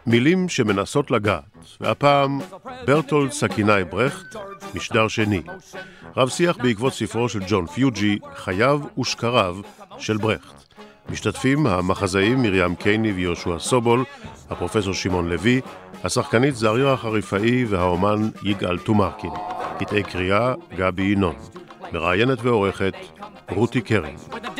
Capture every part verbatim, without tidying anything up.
מילים שמנסות לגעת, והפעם ברטולד סכינאי ברכט, משדר שני. רב שיח בעקבות ספרו של ג'ון פיוג'י, חייו ושקריו של ברכט. משתתפים המחזאים מרים קייני ויהושע סובול, הפרופסור שמעון לוי, השחקנית זערירה חריפאי והאומן יגאל תומרקין. קטעי קריאה גבי ינון. מראיינת ועורכת רותי קרן.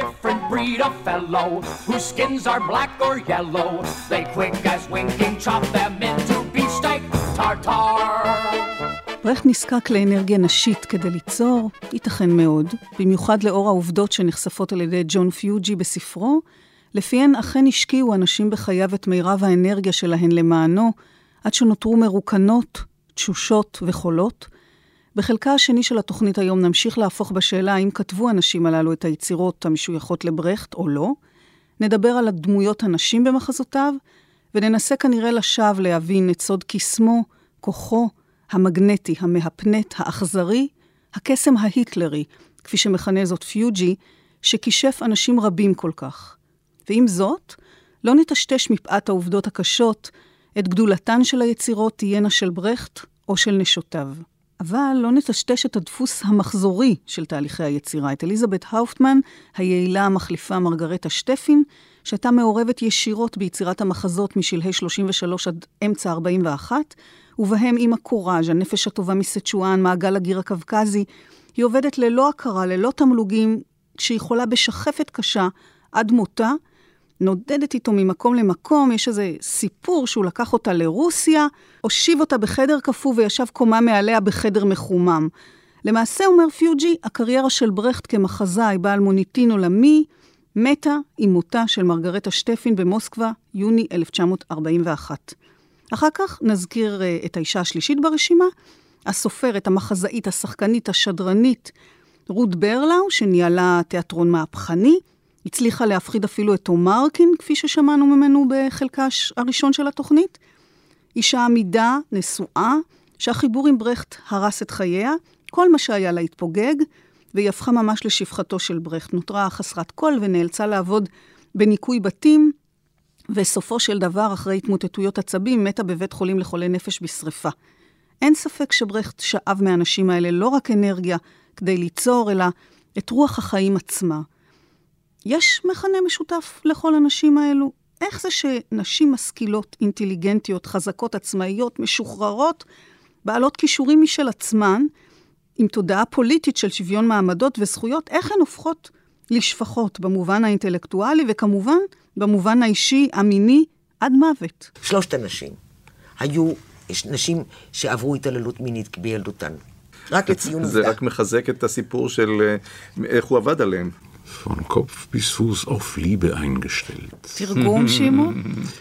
Breed of fellow whose skins are black or yellow, they quick as winking chop them into beefsteak tartar. ברכט נזקק לאנרגיה נשית כדי ליצור, ייתכן מאוד, במיוחד לאור העובדות שנחשפות על ידי ג'ון פיוג'י בספרו, לפיהן אכן השקיעו אנשים בחייו את מירב האנרגיה שלהן למענו, עד שנותרו מרוקנות, תשושות וחולות. בחלקה השני של התוכנית היום נמשיך להפוך בשאלה האם כתבו האנשים הללו את היצירות המשויכות לברכט או לא. נדבר על הדמויות הנשים במחזותיו, וננסה כנראה לשווא להבין את סוד קסמו, כוחו, המגנטי, המהפנט, האכזרי, הקסם ההיטלרי, כפי שמכנה זאת פיוג'י, שכישף אנשים רבים כל כך. ועם זאת, לא נטשטש מפאת העובדות הקשות את גדולתן של היצירות תהיינה של ברכט או של נשותיו. אבל לא נטשטש את הדפוס המחזורי של תהליכי היצירה. את אליזבת האופטמן, היעילה המחליפה מרגרטה שטפין, שהייתה מעורבת ישירות ביצירת המחזות משלהי שלושים ושלוש עד אמצע ארבעים ואחת, ובהם עם הקוראז', הנפש הטובה מסצ'ואן, מעגל הגיר הקווקזי. היא עובדת ללא הכרה, ללא תמלוגים, כשיכולה בשחפת קשה עד מותה, נודדת איתו ממקום למקום. יש איזה סיפור שהוא לקח אותה לרוסיה, הושיב אותה בחדר כפו וישב קומה מעליה בחדר מחומם. למעשה, אומר פיוג'י, הקריירה של ברכט כמחזאי בעל מוניטין עולמי, מתה עם מותה של מרגרטה שטפין במוסקבה, יוני אלף תשע מאות ארבעים ואחת. אחר כך נזכיר uh, את האישה השלישית ברשימה, הסופרת, המחזאית, השחקנית, השדרנית, רות ברלאו, שניהלה תיאטרון מהפכני, הצליחה להפחיד אפילו את תומרקין, כפי ששמענו ממנו בחלקה הראשון של התוכנית. אישה עמידה, נשואה, שהחיבור עם ברכט הרס את חייה, כל מה שהיה לה התפוגג, והיא הפכה ממש לשפחתו של ברכט. נותרה חסרת קול ונאלצה לעבוד בניקוי בתים, וסופו של דבר, אחרי התמוטטויות עצבים, מתה בבית חולים לחולי נפש בשריפה. אין ספק שברכט שאב מהאנשים האלה לא רק אנרגיה כדי ליצור, אלא את רוח החיים עצמה. יש מכנה משותף לכל הנשים האלו. איך זה שנשים משכילות, אינטליגנטיות, חזקות, עצמאיות, משוחררות, בעלות כישורים משל עצמן, עם תודעה פוליטית של שוויון מעמדות וזכויות, איך הן הופכות לשפחות במובן האינטלקטואלי, וכמובן במובן האישי, המיני, עד מוות? שלושת הנשים היו נשים שעברו התעללות מינית בילדותן. רק לציון עובדה. זה רק מחזק את הסיפור של איך הוא עבד עליהם. Von Kopf bis Fuß auf Liebe eingestellt. תרגום, שימו?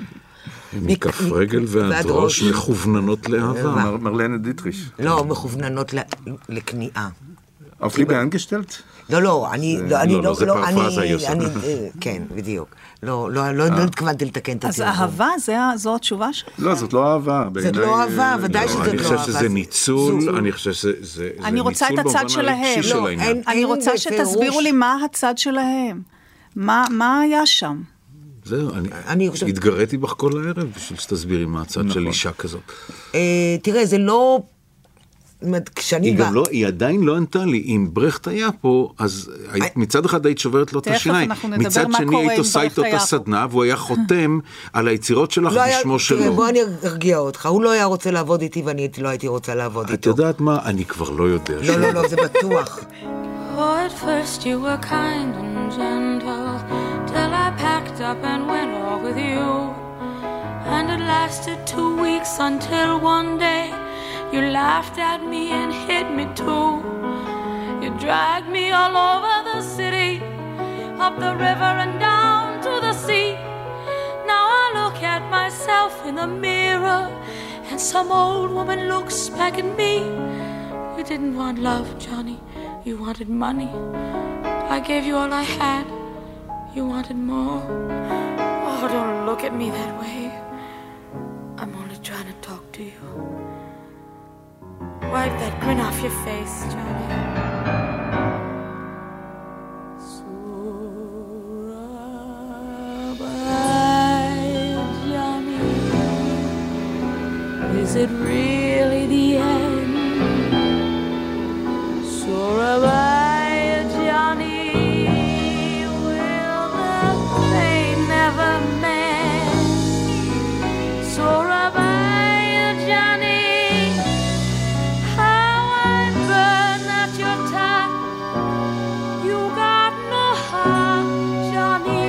מכף רגל ועד ראש מכווננות לאהבה. מרלנה דיטריש. לא, מכווננות לכניעה. auf Liebe eingestellt? לא, לא, אני... לא, לא, זה פרפרזה יוסף. כן, בדיוק. לא, לא, לא התכוונתי לתקן את התרגום. אז אהבה, זו התשובה שלך? לא, זאת לא אהבה. זאת לא אהבה, ודאי שזאת לא אהבה. אני חושב שזה ניצול, אני חושב שזה אני רוצה את הצד שלהם. אני רוצה שתסבירו לי מה הצד שלהם. מה היה שם? זהו, אני התגרתי בך כל הערב בשביל שתסבירי מה הצד של אישה כזאת. תראה, זה לא... היא גם לא, היא עדיין לא ענתה לי, אם ברכט היה פה, אז מצד אחד היית שוברת לו את השיניים, מצד שני היית עושה איתו את הסדנה, והוא היה חותם על היצירות שלך בשמו שלו. בוא אני ארגיע אותך, הוא לא היה רוצה לעבוד איתי, ואני לא הייתי רוצה לעבוד איתו. את יודעת מה? אני כבר לא יודע. לא, לא, לא, זה בטוח. At first you were kind and gentle, till I packed up and went off with you, and it lasted two weeks until one day you laughed at me and hit me too. You dragged me all over the city, up the river and down to the sea. Now I look at myself in the mirror, and some old woman looks back at me. You didn't want love, Johnny, you wanted money. I gave you all I had, you wanted more. Oh, don't look at me that way. I'm only trying to talk to you. Wipe that grin off your face, Johnny. Surabaya, Johnny. it really the end? Surabaya, Johnny, will the pain never mend? Surabaya, Johnny, how I burn at your touch. You got no heart, Johnny,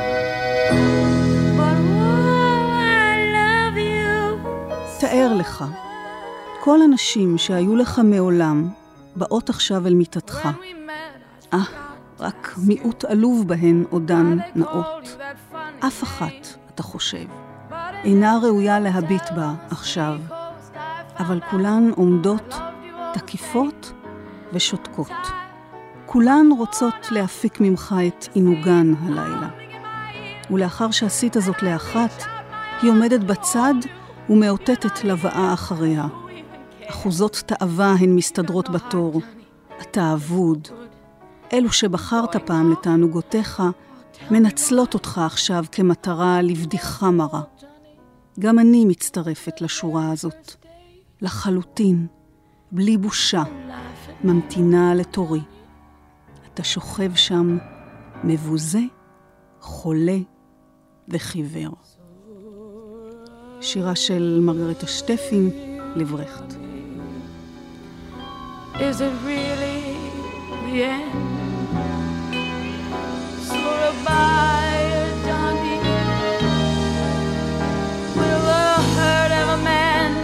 but oh, I love you. תאר לך, כל הנשים שהיו לך מעולם באות עכשיו אל מיטתך. אה, רק מיעוט עלוב בהן עודן נאות. אף אחת, אתה חושב, אינה ראויה להביט בה עכשיו, אבל כולן עומדות תקיפות ושותקות. כולן רוצות להפיק ממך את עינוגן הלילה. ולאחר שעשית זאת לאחת, היא עומדת בצד ומאותתת לבאה אחריה. אחוזות תאווה הן מסתדרות בתור. אתה אבוד. אלו שבחרת פעם לתענוגותיך, מנצלות אותך עכשיו כמטרה לבדיחה מרה. גם אני מצטרפת לשורה הזאת. לחלוטין, בלי בושה, ממתינה לתורי. אתה שוכב שם, מבוזה, חולה וחיוור. שירה של מרגרטה שטפין לברכט. Is it really the end? Surabaya, Johnny, will the hurt ever mend?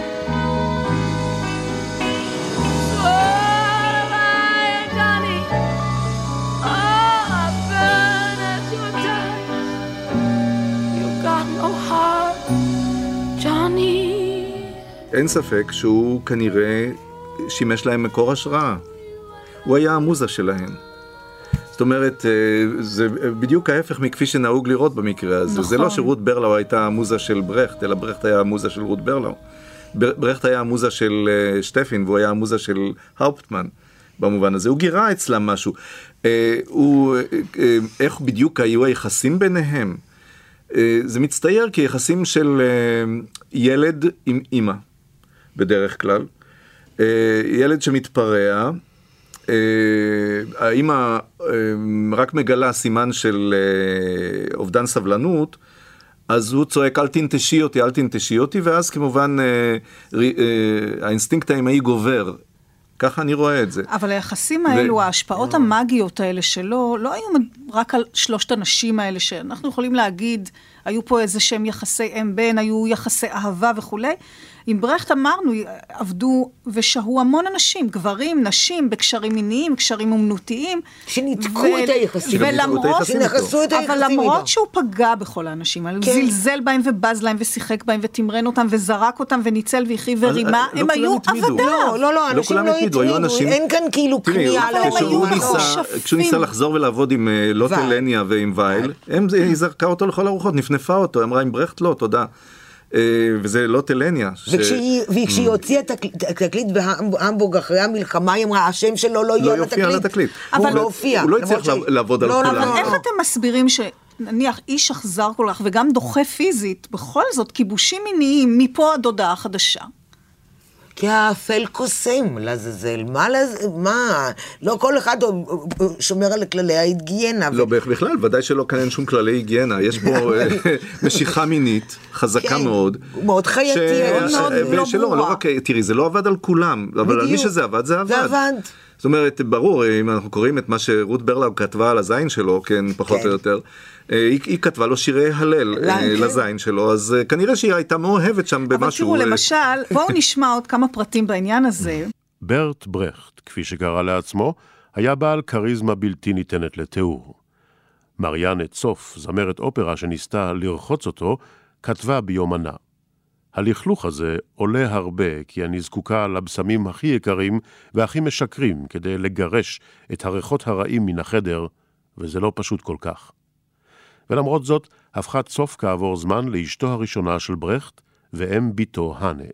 Surabaya, Johnny, oh, I burn at your touch. You got no heart, Johnny. אין ספק שהוא כנראה שימש להם מקור השראה. הוא היה המוזה שלהם. זאת אומרת, זה בדיוק ההפך מכפי שנהוג לראות במקרה הזה. נכון. זה לא שרות ברלאו הייתה המוזה של ברכט, אלא ברכט היה המוזה של רות ברלאו. ברכט היה המוזה של שטפין, והוא היה המוזה של האופטמן, במובן הזה. הוא גירה אצלם משהו. הוא, איך בדיוק היו היחסים ביניהם? זה מצטייר כיחסים של ילד עם אמא, בדרך כלל. ילד שמתפרע, האמא רק מגלה סימן של אובדן סבלנות, אז הוא צועק אל תנטשי אותי, אל תנטשי אותי, ואז כמובן האינסטינקט האמאי גובר. ככה אני רואה את זה. אבל היחסים האלו, ו... ההשפעות המאגיות האלה שלו, לא היו רק על שלושת הנשים האלה, שאנחנו יכולים להגיד, היו פה איזה שהם יחסי אם בן, היו יחסי אהבה וכולי. עם ברכט אמרנו, עבדו ושהו המון אנשים, גברים, נשים, בקשרים מיניים, קשרים אומנותיים. שניתקו ו... את היחסים. ולמרות, שנכסו את היחסים. אבל למרות שהוא פגע בכל האנשים, כן. הוא זלזל בהם ובז להם ושיחק בהם ותמרן אותם וזרק אותם וניצל והחי ורימה, הם לא היו עבדיו. לא, לא, לא, אנשים לא התמידו, אין כאן כאילו קנייה. אבל הם היו מחושפים. כשהוא ניסה לחזור ולעבוד עם לוט אלניה ועם וייל, היא זרקה אותו לכל הרוחות, נפנפה אותו, אמרה עם ברכט לא, תודה. וזה לא טלניה. וכשהיא הוציאה את התקליט בהמבורג אחרי המלחמה, היא אמרה, השם שלו לא יהיה לתקליט. הוא לא הופיע. הוא לא הצליח לעבוד על כולם. אבל איך אתם מסבירים שנניח איש אכזר כל כך, וגם דוחה פיזית, בכל זאת כיבושים מיניים, מפה עד הודעה חדשה? כי האפל קוסם לזזל, מה לז... מה? לא כל אחד שומר על כללי ההיגיינה. לא, בכלל, ודאי שלא כאן אין שום כללי היגיינה. יש פה משיכה מינית, חזקה מאוד. מאוד חייתי, מאוד לא ברורה. תראי, זה לא עבד על כולם, אבל על מי שזה עבד, זה עבד. זה עבד. זאת אומרת, ברור, אם אנחנו קוראים את מה שרות ברלאו כתבה על הזין שלו, כן, פחות או יותר, היא, היא כתבה לו שירי הלל לזין שלו, אז כנראה שהיא הייתה מאוהבת שם במשהו. אבל תראו, למשל, בואו נשמע עוד כמה פרטים בעניין הזה. ברט ברכט, כפי שקרא לעצמו, היה בעל קריזמה בלתי ניתנת לתיאור. מריאנה צוף, זמרת אופרה שניסתה לרחוץ אותו, כתבה ביומנה. הלכלוך הזה עולה הרבה, כי אני זקוקה לבשמים הכי יקרים והכי משקרים כדי לגרש את הריחות הרעים מן החדר, וזה לא פשוט כל כך. ולמרות זאת, הפכה צוף כעבור זמן לאשתו הראשונה של ברכט, ואם ביתו הנה.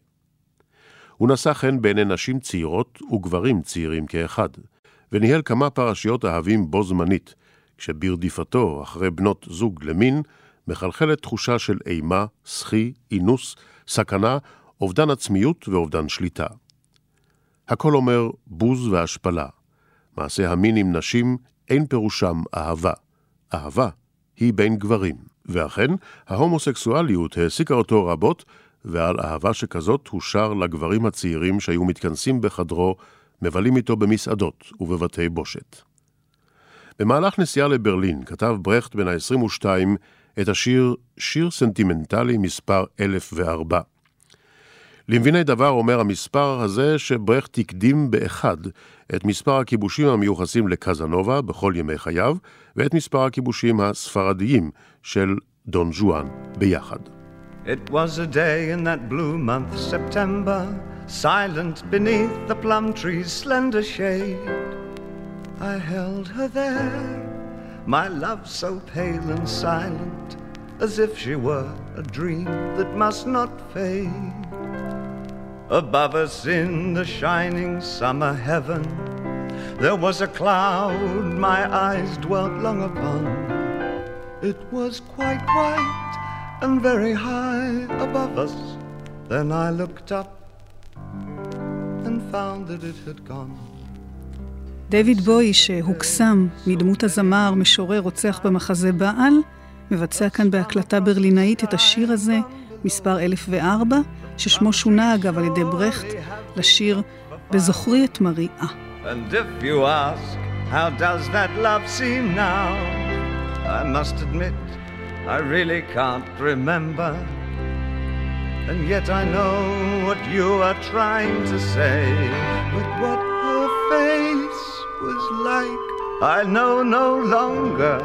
הוא נשא חן בעיני נשים צעירות וגברים צעירים כאחד, וניהל כמה פרשיות אהבים בו זמנית, כשברדיפתו אחרי בנות זוג למין, מחלחלת תחושה של אימה, שחי, אינוס, סכנה אובדן עצמיות ואובדן שליטה. הכל אומר בוז והשפלה. מעשה המין עם נשים אין פירושם אהבה. אהבה היא בין גברים. ואכן, ההומוסקסואליות העסיקה אותו רבות, ועל אהבה שכזאת הוא שר לגברים הצעירים שהיו מתכנסים בחדרו, מבלים איתו במסעדות ובבתי בושת. במהלך נסיעה לברלין כתב ברכט בן ה-עשרים ושתיים את השיר שיר סנטימנטלי מספר אלף וארבע. למביני דבר אומר המספר הזה שברכט הקדים באחד את מספר הכיבושים המיוחסים לקזנובה בכל ימי חייו, ואת מספר הכיבושים הספרדיים של דון ז'ואן ביחד. It was a day in that blue month September, silent beneath the plum tree's slender shade. I held her there, my love so pale and silent, as if she were a dream that must not fade. Above us in the shining summer heaven, there was a cloud my eyes dwelt long upon. It was quite white and very high above us. Then I looked up and found that it had gone. דיוויד בוי, שהוקסם מדמות הזמר, משורר, רוצח במחזה בעל, מבצע כאן בהקלטה ברלינאית את השיר הזה, מספר אלף וארבע, ששמו שונה אגב על ידי ברכט, לשיר בזוכרי את מריאה. And if you ask, how does that love seem now? I must admit, I really can't remember. And yet I know what you are trying to say. But what her face was like, I know no longer.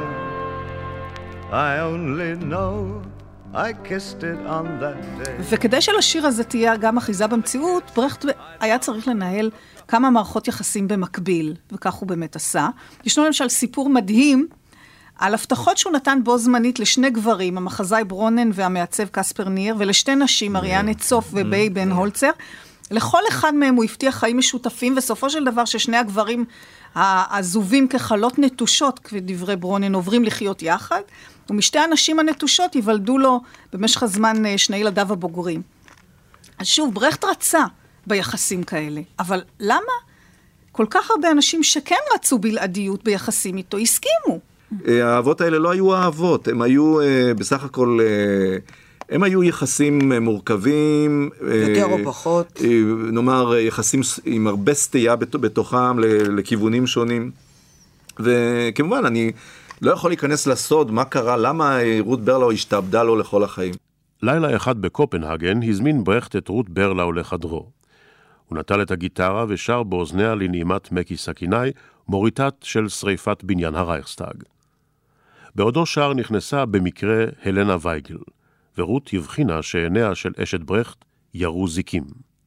I only know I kissed it on that day. וכדי שלשיר הזה תהיה גם אחיזה במציאות, ברכט היה צריך לנהל כמה מערכות יחסים במקביל, וכך הוא באמת עשה. ישנו למשל סיפור מדהים על הבטחות שהוא נתן בו זמנית לשני גברים, המחזאי ברונן והמעצב קספר ניר, ולשתי נשים, אריאנה צוף וביי בן הולצר. לכל אחד מהם הוא הבטיח חיים משותפים, וסופו של דבר ששני הגברים העזובים כחלות נטושות, כדברי ברונן, עוברים לחיות יחד, ומשתי הנשים הנטושות יוולדו לו במשך הזמן שני ילדיו הבוגרים. אז שוב, ברכט רצה ביחסים כאלה, אבל למה כל כך הרבה אנשים שכן רצו בלעדיות ביחסים איתו, הסכימו? האהבות האלה לא היו אהבות, הם היו בסך הכל, הם היו יחסים מורכבים. יותר או פחות. נאמר, יחסים עם הרבה סטייה בתוכם לכיוונים שונים. וכמובן, אני לא יכול להיכנס לסוד מה קרה, למה רות ברלאו השתעבדה לו לכל החיים. לילה אחד בקופנהגן הזמין ברכט את רות ברלאו לחדרו. הוא נטל את הגיטרה ושר באוזניה לנעימת מקי סכינאי, מוריטת של שריפת בניין הרייכסטאג. בעודו שר נכנסה במקרה הלנה וייגל, ורות הבחינה שעיניה של אשת ברכט ירו זיקים.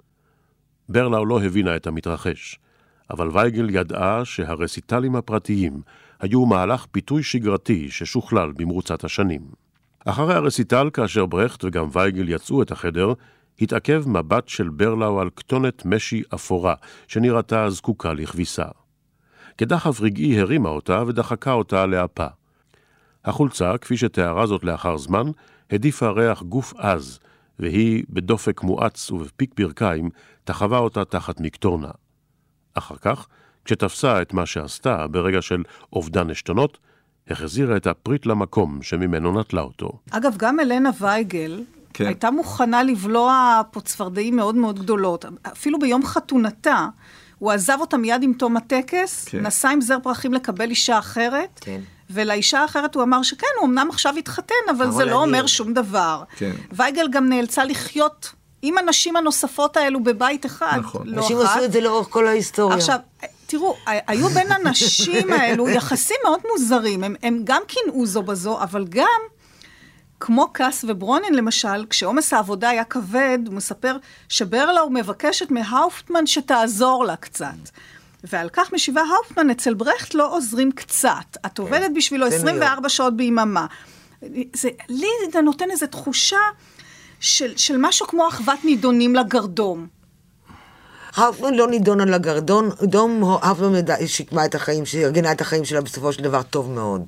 ברלאו לא הבינה את המתרחש, אבל וייגל ידעה שהרסיטלים הפרטיים היו מהלך פיתוי שגרתי ששוכלל במרוצת השנים. אחרי הרסיטל, כאשר ברכט וגם וייגל יצאו את החדר, התעכב מבט של ברלאו על כתונת משי אפורה, שנראתה זקוקה לכביסה. כדחף רגעי הרימה אותה ודחקה אותה לאפה. החולצה, כפי שתיארה זאת לאחר זמן, הדיפה ריח גוף עז, והיא בדופק מואץ ובפיק ברכיים תחווה אותה תחת מקטורנה. אחר כך, כשתפסה את מה שעשתה ברגע של אובדן עשתונות, החזירה את הפריט למקום שממנו נטלה אותו. אגב, גם הלנה וייגל כן. הייתה מוכנה לבלוע פה צפרדעים מאוד מאוד גדולות. אפילו ביום חתונתה, הוא עזב אותה מיד עם תום הטקס, כן. נסע עם זר פרחים לקבל אישה אחרת, כן. ולאישה האחרת הוא אמר שכן, הוא אמנם עכשיו התחתן, אבל זה לא אומר שום דבר. כן. וייגל גם נאלצה לחיות עם הנשים הנוספות האלו בבית אחד. נכון. לא אנשים עשו את זה לאורך כל ההיסטוריה. עכשיו, תראו, היו בין הנשים האלו יחסים מאוד מוזרים. הם, הם גם קינאו זו בזו, אבל גם, כמו קס וברונן למשל, כשעומס העבודה היה כבד, הוא מספר שברלאו מבקשת מהאופטמן שתעזור לה קצת. ועל כך משיבה האופטמן, אצל ברכט לא עוזרים קצת. את עובדת בשבילו עשרים וארבע שעות ביממה. זה, לי זה נותן איזו תחושה של, של משהו כמו אחוות נידונים לגרדום. האופטמן לא נידון על הגרדום, דום האופטמן שיקמה את החיים, שארגנה את החיים שלה בסופו של דבר טוב מאוד.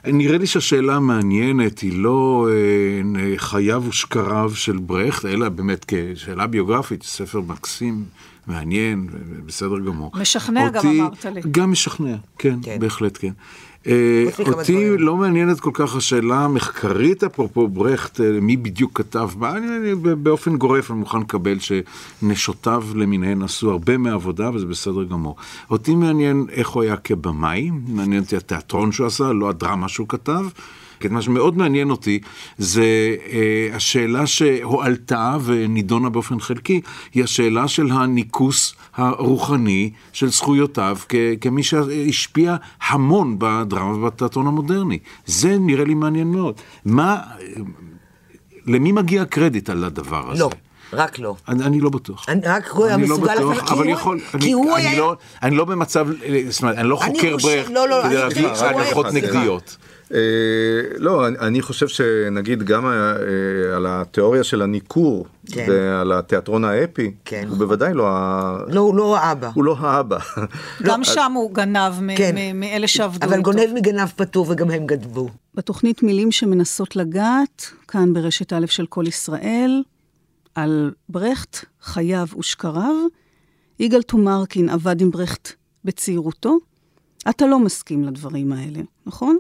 נראה לי שהשאלה המעניינת היא לא אה, חייו ושקריו של ברכט, אלא באמת כשאלה ביוגרפית, ספר מקסים, מעניין, בסדר גמור. משכנע אותי, גם אמרת לי. גם משכנע, כן, כן. בהחלט כן. אה, אותי לא מעניינת כל כך השאלה המחקרית, אפרופו ברכט, מי בדיוק כתב, מה, אני, אני, באופן גורף אני מוכן לקבל שנשותיו למיניהן עשו הרבה מהעבודה, וזה בסדר גמור. אותי מעניין איך הוא היה כבמאי, מעניין אותי התיאטרון שהוא עשה, לא הדרמה שהוא כתב, כן, מה שמאוד מעניין אותי זה אה, השאלה שהועלתה ונידונה באופן חלקי, היא השאלה של הניקוס הרוחני של זכויותיו כ- כמי שהשפיע המון בדרמה ובתיאטרון המודרני. זה נראה לי מעניין מאוד. מה, למי מגיע קרדיט על הדבר הזה? לא. רק לא. אני, אני לא בטוח. אני רק הוא היה מסוגל לא בטוח, אבל יכול, אני, הוא אני, היה... לא, אני לא במצב, זאת אומרת, אני לא חוקר ברכט לא, לא, כדי להגיד הנחות נגדיות. לא, אני חושב שנגיד גם על התיאוריה של הניקור ועל התיאטרון האפי, הוא בוודאי לא לא האבא. הוא לא האבא. גם שם הוא גנב מאלה שעבדו איתו. אבל גונב מגנב פטור וגם הם גנבו. בתוכנית מילים שמנסות לגעת, כאן ברשת א' של כל ישראל, על ברכט, חייו ושקריו, יגאל תומרקין עבד עם ברכט בצעירותו. אתה לא מסכים לדברים האלה, נכון?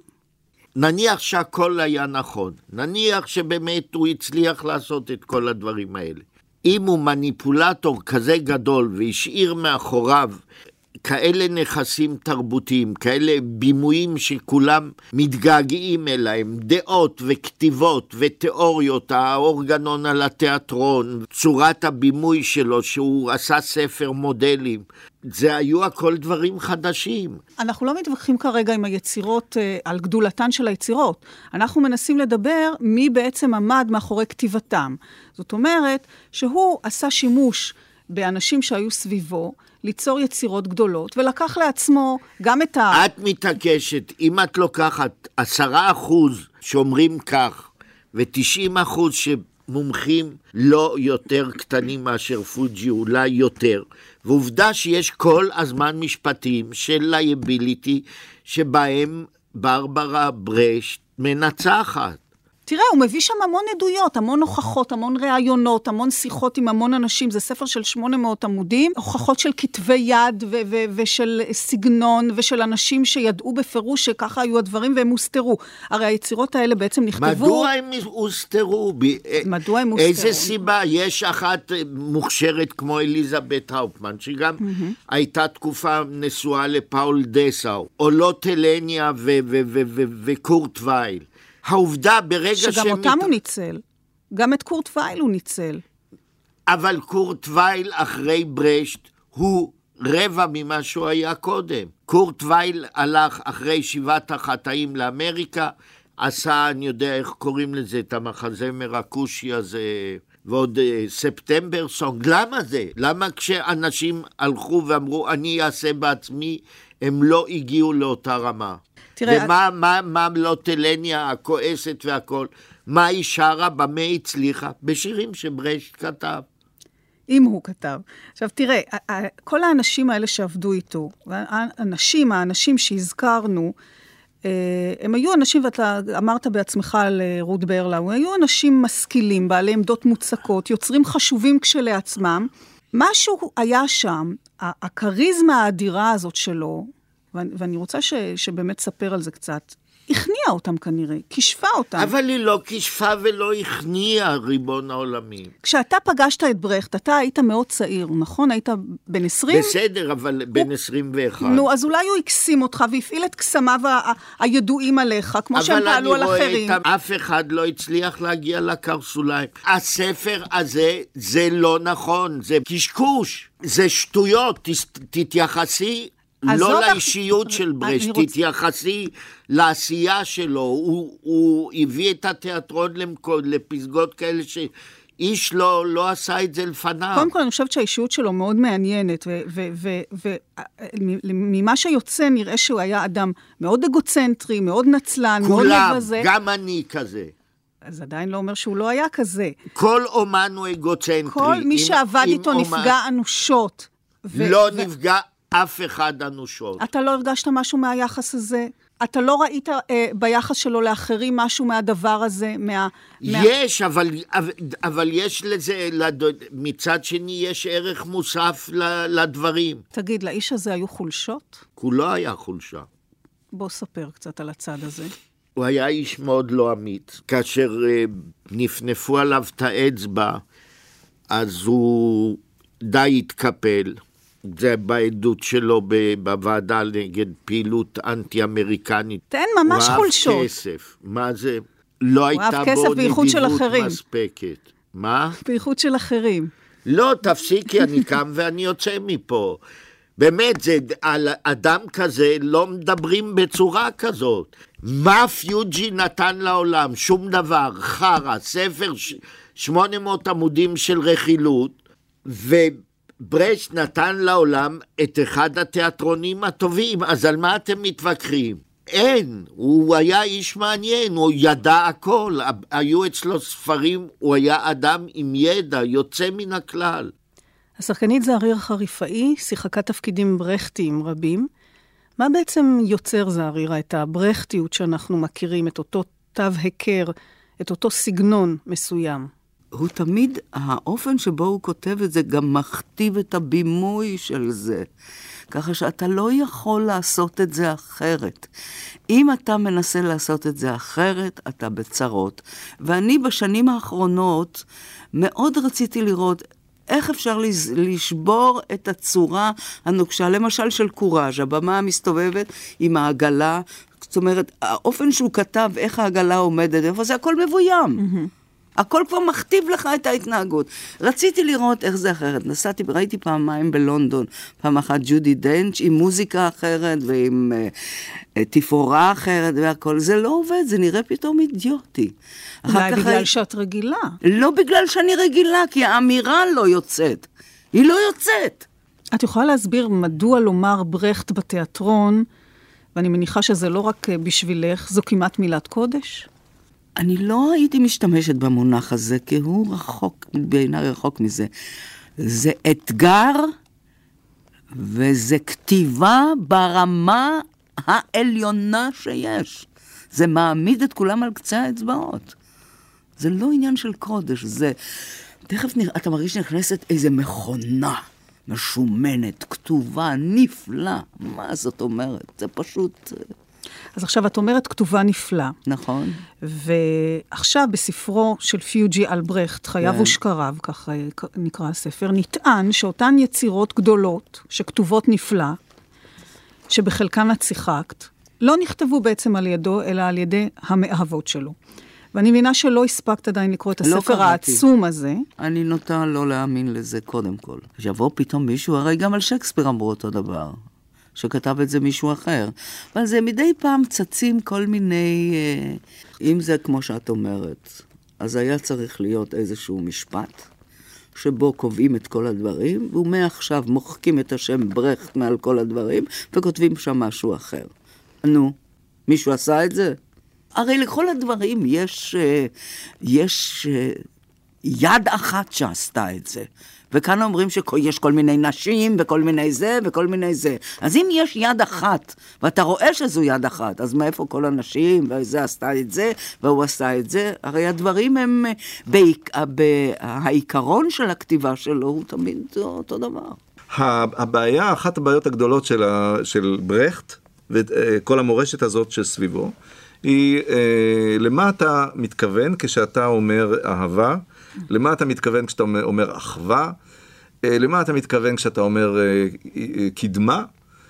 נניח שהכל היה נכון, נניח שבאמת הוא הצליח לעשות את כל הדברים האלה. אם הוא מניפולטור כזה גדול והשאיר מאחוריו כאלה נכסים תרבותיים, כאלה בימויים שכולם מתגעגעים אליהם, דעות וכתיבות ותיאוריות, האורגנון על התיאטרון, צורת הבימוי שלו שהוא עשה ספר מודלים, זה היו הכל דברים חדשים. אנחנו לא מתווכחים כרגע עם היצירות, על גדולתן של היצירות. אנחנו מנסים לדבר מי בעצם עמד מאחורי כתיבתם. זאת אומרת שהוא עשה שימוש באנשים שהיו סביבו, ליצור יצירות גדולות, ולקח לעצמו גם את ה... את מתעקשת, אם את לוקחת עשרה אחוז שאומרים כך, ותשעים אחוז שמומחים לא יותר קטנים מאשר פוג'י, אולי יותר, ועובדה שיש כל הזמן משפטים של לייביליטי, שבהם ברברה ברשט מנצחת. תראה, הוא מביא שם המון עדויות, המון הוכחות, המון ראיונות, המון שיחות עם המון אנשים, זה ספר של שמונה מאות עמודים, הוכחות של כתבי יד ו- ו- ושל סגנון ושל אנשים שידעו בפירוש שככה היו הדברים והם הוסתרו. הרי היצירות האלה בעצם נכתבו... מדוע הם הוסתרו? מדוע הם הוסתרו? איזה סיבה? יש אחת מוכשרת כמו אליזבת האופמן, שגם mm-hmm. הייתה תקופה נשואה לפאול דסאו, או לא טלניה ו- ו- ו- ו- וקורט וייל. העובדה ברגע שגם שהם... אותם מת... הוא ניצל. גם את קורט וייל הוא ניצל. אבל קורט וייל אחרי ברשט הוא רבע ממה שהוא היה קודם. קורט וייל הלך אחרי שבעת החטאים לאמריקה, עשה, אני יודע איך קוראים לזה, את המחזמר הכושי הזה, ועוד uh, ספטמבר סונג. למה זה? למה כשאנשים הלכו ואמרו, אני אעשה בעצמי, הם לא הגיעו לאותה רמה? תראה, ומה את... מה, מה לא טלניה הכועסת והכל? מה היא שרה, במה הצליחה? בשירים שברשט כתב. אם הוא כתב. עכשיו תראה, כל האנשים האלה שעבדו איתו, האנשים, האנשים שהזכרנו, הם היו אנשים, ואתה אמרת בעצמך על רות ברלאו, היו אנשים משכילים, בעלי עמדות מוצקות, יוצרים חשובים כשלעצמם. משהו היה שם, הקריזמה האדירה הזאת שלו, ואני רוצה ש, שבאמת ספר על זה קצת, הכניעה אותם כנראה, כישפה אותם. אבל היא לא כישפה ולא הכניעה, ריבון העולמים. כשאתה פגשת את ברכט, אתה היית מאוד צעיר, נכון? היית בן עשרים? בסדר, אבל בן הוא... עשרים ואחת. נו, אז אולי הוא הקסים אותך והפעיל את קסמיו ה- הידועים עליך, כמו שהם פעלו על אחרים. אבל אני רואה, אף אחד לא הצליח להגיע לקרסוליים. הספר הזה, זה לא נכון, זה קשקוש, זה שטויות, תתייחסי... לא לאישיות של ברשט, תתייחסי לעשייה שלו, הוא, הוא הביא את התיאטרון לפסגות כאלה שאיש לא, לא עשה את זה לפניו. קודם כל אני חושבת שהאישיות שלו מאוד מעניינת, וממה שיוצא נראה שהוא היה אדם מאוד אגוצנטרי, מאוד נצלן, מאוד מבזה. כולם, גם אני כזה. אז עדיין לא אומר שהוא לא היה כזה. כל אומן הוא אגוצנטרי. כל מי שעבד איתו נפגע אנושות. לא נפגע אף אחד אנושות. אתה לא הרגשת משהו מהיחס הזה? אתה לא ראית אה, ביחס שלו לאחרים משהו מהדבר הזה? מה, יש, מה... אבל, אבל יש לזה, מצד שני יש ערך מוסף לדברים. תגיד, לאיש הזה היו חולשות? כולו היה חולשה. בוא ספר קצת על הצד הזה. הוא היה איש מאוד לא אמיץ. כאשר אה, נפנפו עליו את האצבע, אז הוא די התקפל. זה בעדות שלו בוועדה נגד פעילות אנטי-אמריקנית. תן ממש חולשות. הוא אהב כסף. מה זה? לא הייתה בו נדיבות מספקת. מה? בייחוד של אחרים. לא, תפסיקי, אני קם ואני יוצא מפה. באמת, זה, על אדם כזה לא מדברים בצורה כזאת. מה פיוג'י נתן לעולם? שום דבר. חרה, ספר ש... שמונה מאות עמודים של רכילות, וברשט נתן לעולם את אחד התיאטרונים הטובים, אז על מה אתם מתווכחים? אין, הוא היה איש מעניין, הוא ידע הכל, היו אצלו ספרים, הוא היה אדם עם ידע, יוצא מן הכלל. השחקנית זעריר חריפאי שיחקה תפקידים ברכטיים רבים. מה בעצם יוצר זערירה את הברכטיות שאנחנו מכירים, את אותו תו הכר, את אותו סגנון מסוים? הוא תמיד, האופן שבו הוא כותב את זה, גם מכתיב את הבימוי של זה. ככה שאתה לא יכול לעשות את זה אחרת. אם אתה מנסה לעשות את זה אחרת, אתה בצרות. ואני בשנים האחרונות מאוד רציתי לראות איך אפשר לשבור את הצורה הנוקשה, למשל של קוראז', הבמה המסתובבת עם העגלה, זאת אומרת, האופן שהוא כתב, איך העגלה עומדת, איפה זה הכל מבוים. Mm-hmm. הכל כבר מכתיב לך את ההתנהגות. רציתי לראות איך זה אחרת. נסעתי, ראיתי פעמיים בלונדון, פעם אחת ג'ודי דנץ' עם מוזיקה אחרת ועם uh, תפאורה אחרת והכל. זה לא עובד, זה נראה פתאום אידיוטי. אולי בגלל ראי... שאת רגילה. לא בגלל שאני רגילה, כי האמירה לא יוצאת. היא לא יוצאת. את יכולה להסביר מדוע לומר ברכט בתיאטרון, ואני מניחה שזה לא רק בשבילך, זו כמעט מילת קודש? אני לא הייתי משתמשת במונח הזה, כי הוא רחוק, בעיניי רחוק מזה. זה אתגר, וזה כתיבה ברמה העליונה שיש. זה מעמיד את כולם על קצה האצבעות. זה לא עניין של קודש, זה... תכף נראה, אתה מרגיש שנכנסת איזה מכונה משומנת, כתובה, נפלא. מה זאת אומרת? זה פשוט... אז עכשיו את אומרת כתובה נפלא. נכון. ועכשיו בספרו של פיוג'י על ברכט, חייו כן. ושקריו, ככה נקרא הספר, נטען שאותן יצירות גדולות, שכתובות נפלא, שבחלקן את שיחקת, לא נכתבו בעצם על ידו, אלא על ידי המאהבות שלו. ואני מבינה שלא הספקת עדיין לקרוא את הספר לא העצום הזה. אני נוטה לא להאמין לזה קודם כל. יבוא פתאום מישהו, הרי גם על שייקספיר אמרו אותו דבר. שכתב את זה מישהו אחר. אבל זה מדי פעם צצים כל מיני, אם זה כמו שאת אומרת, אז היה צריך להיות איזשהו משפט, שבו קובעים את כל הדברים, ומעכשיו מוחקים את השם ברכט מעל כל הדברים, וכותבים שם משהו אחר. נו, מישהו עשה את זה? הרי לכל הדברים יש, יש יד אחת שעשתה את זה. וכאן אומרים שיש כל מיני נשים, וכל מיני זה, וכל מיני זה. אז אם יש יד אחת, ואתה רואה שזו יד אחת, אז מאיפה כל הנשים, וזה עשתה את זה, והוא עשה את זה? הרי הדברים הם, העיקרון של הכתיבה שלו, הוא תמיד אותו דבר. הבעיה, אחת הבעיות הגדולות של, של ברכט, וכל המורשת הזאת שסביבו, היא למה אתה מתכוון כשאתה אומר אהבה, למה אתה מתכוון כשאתה אומר אחווה, למה אתה מתכוון כשאתה אומר קדמה,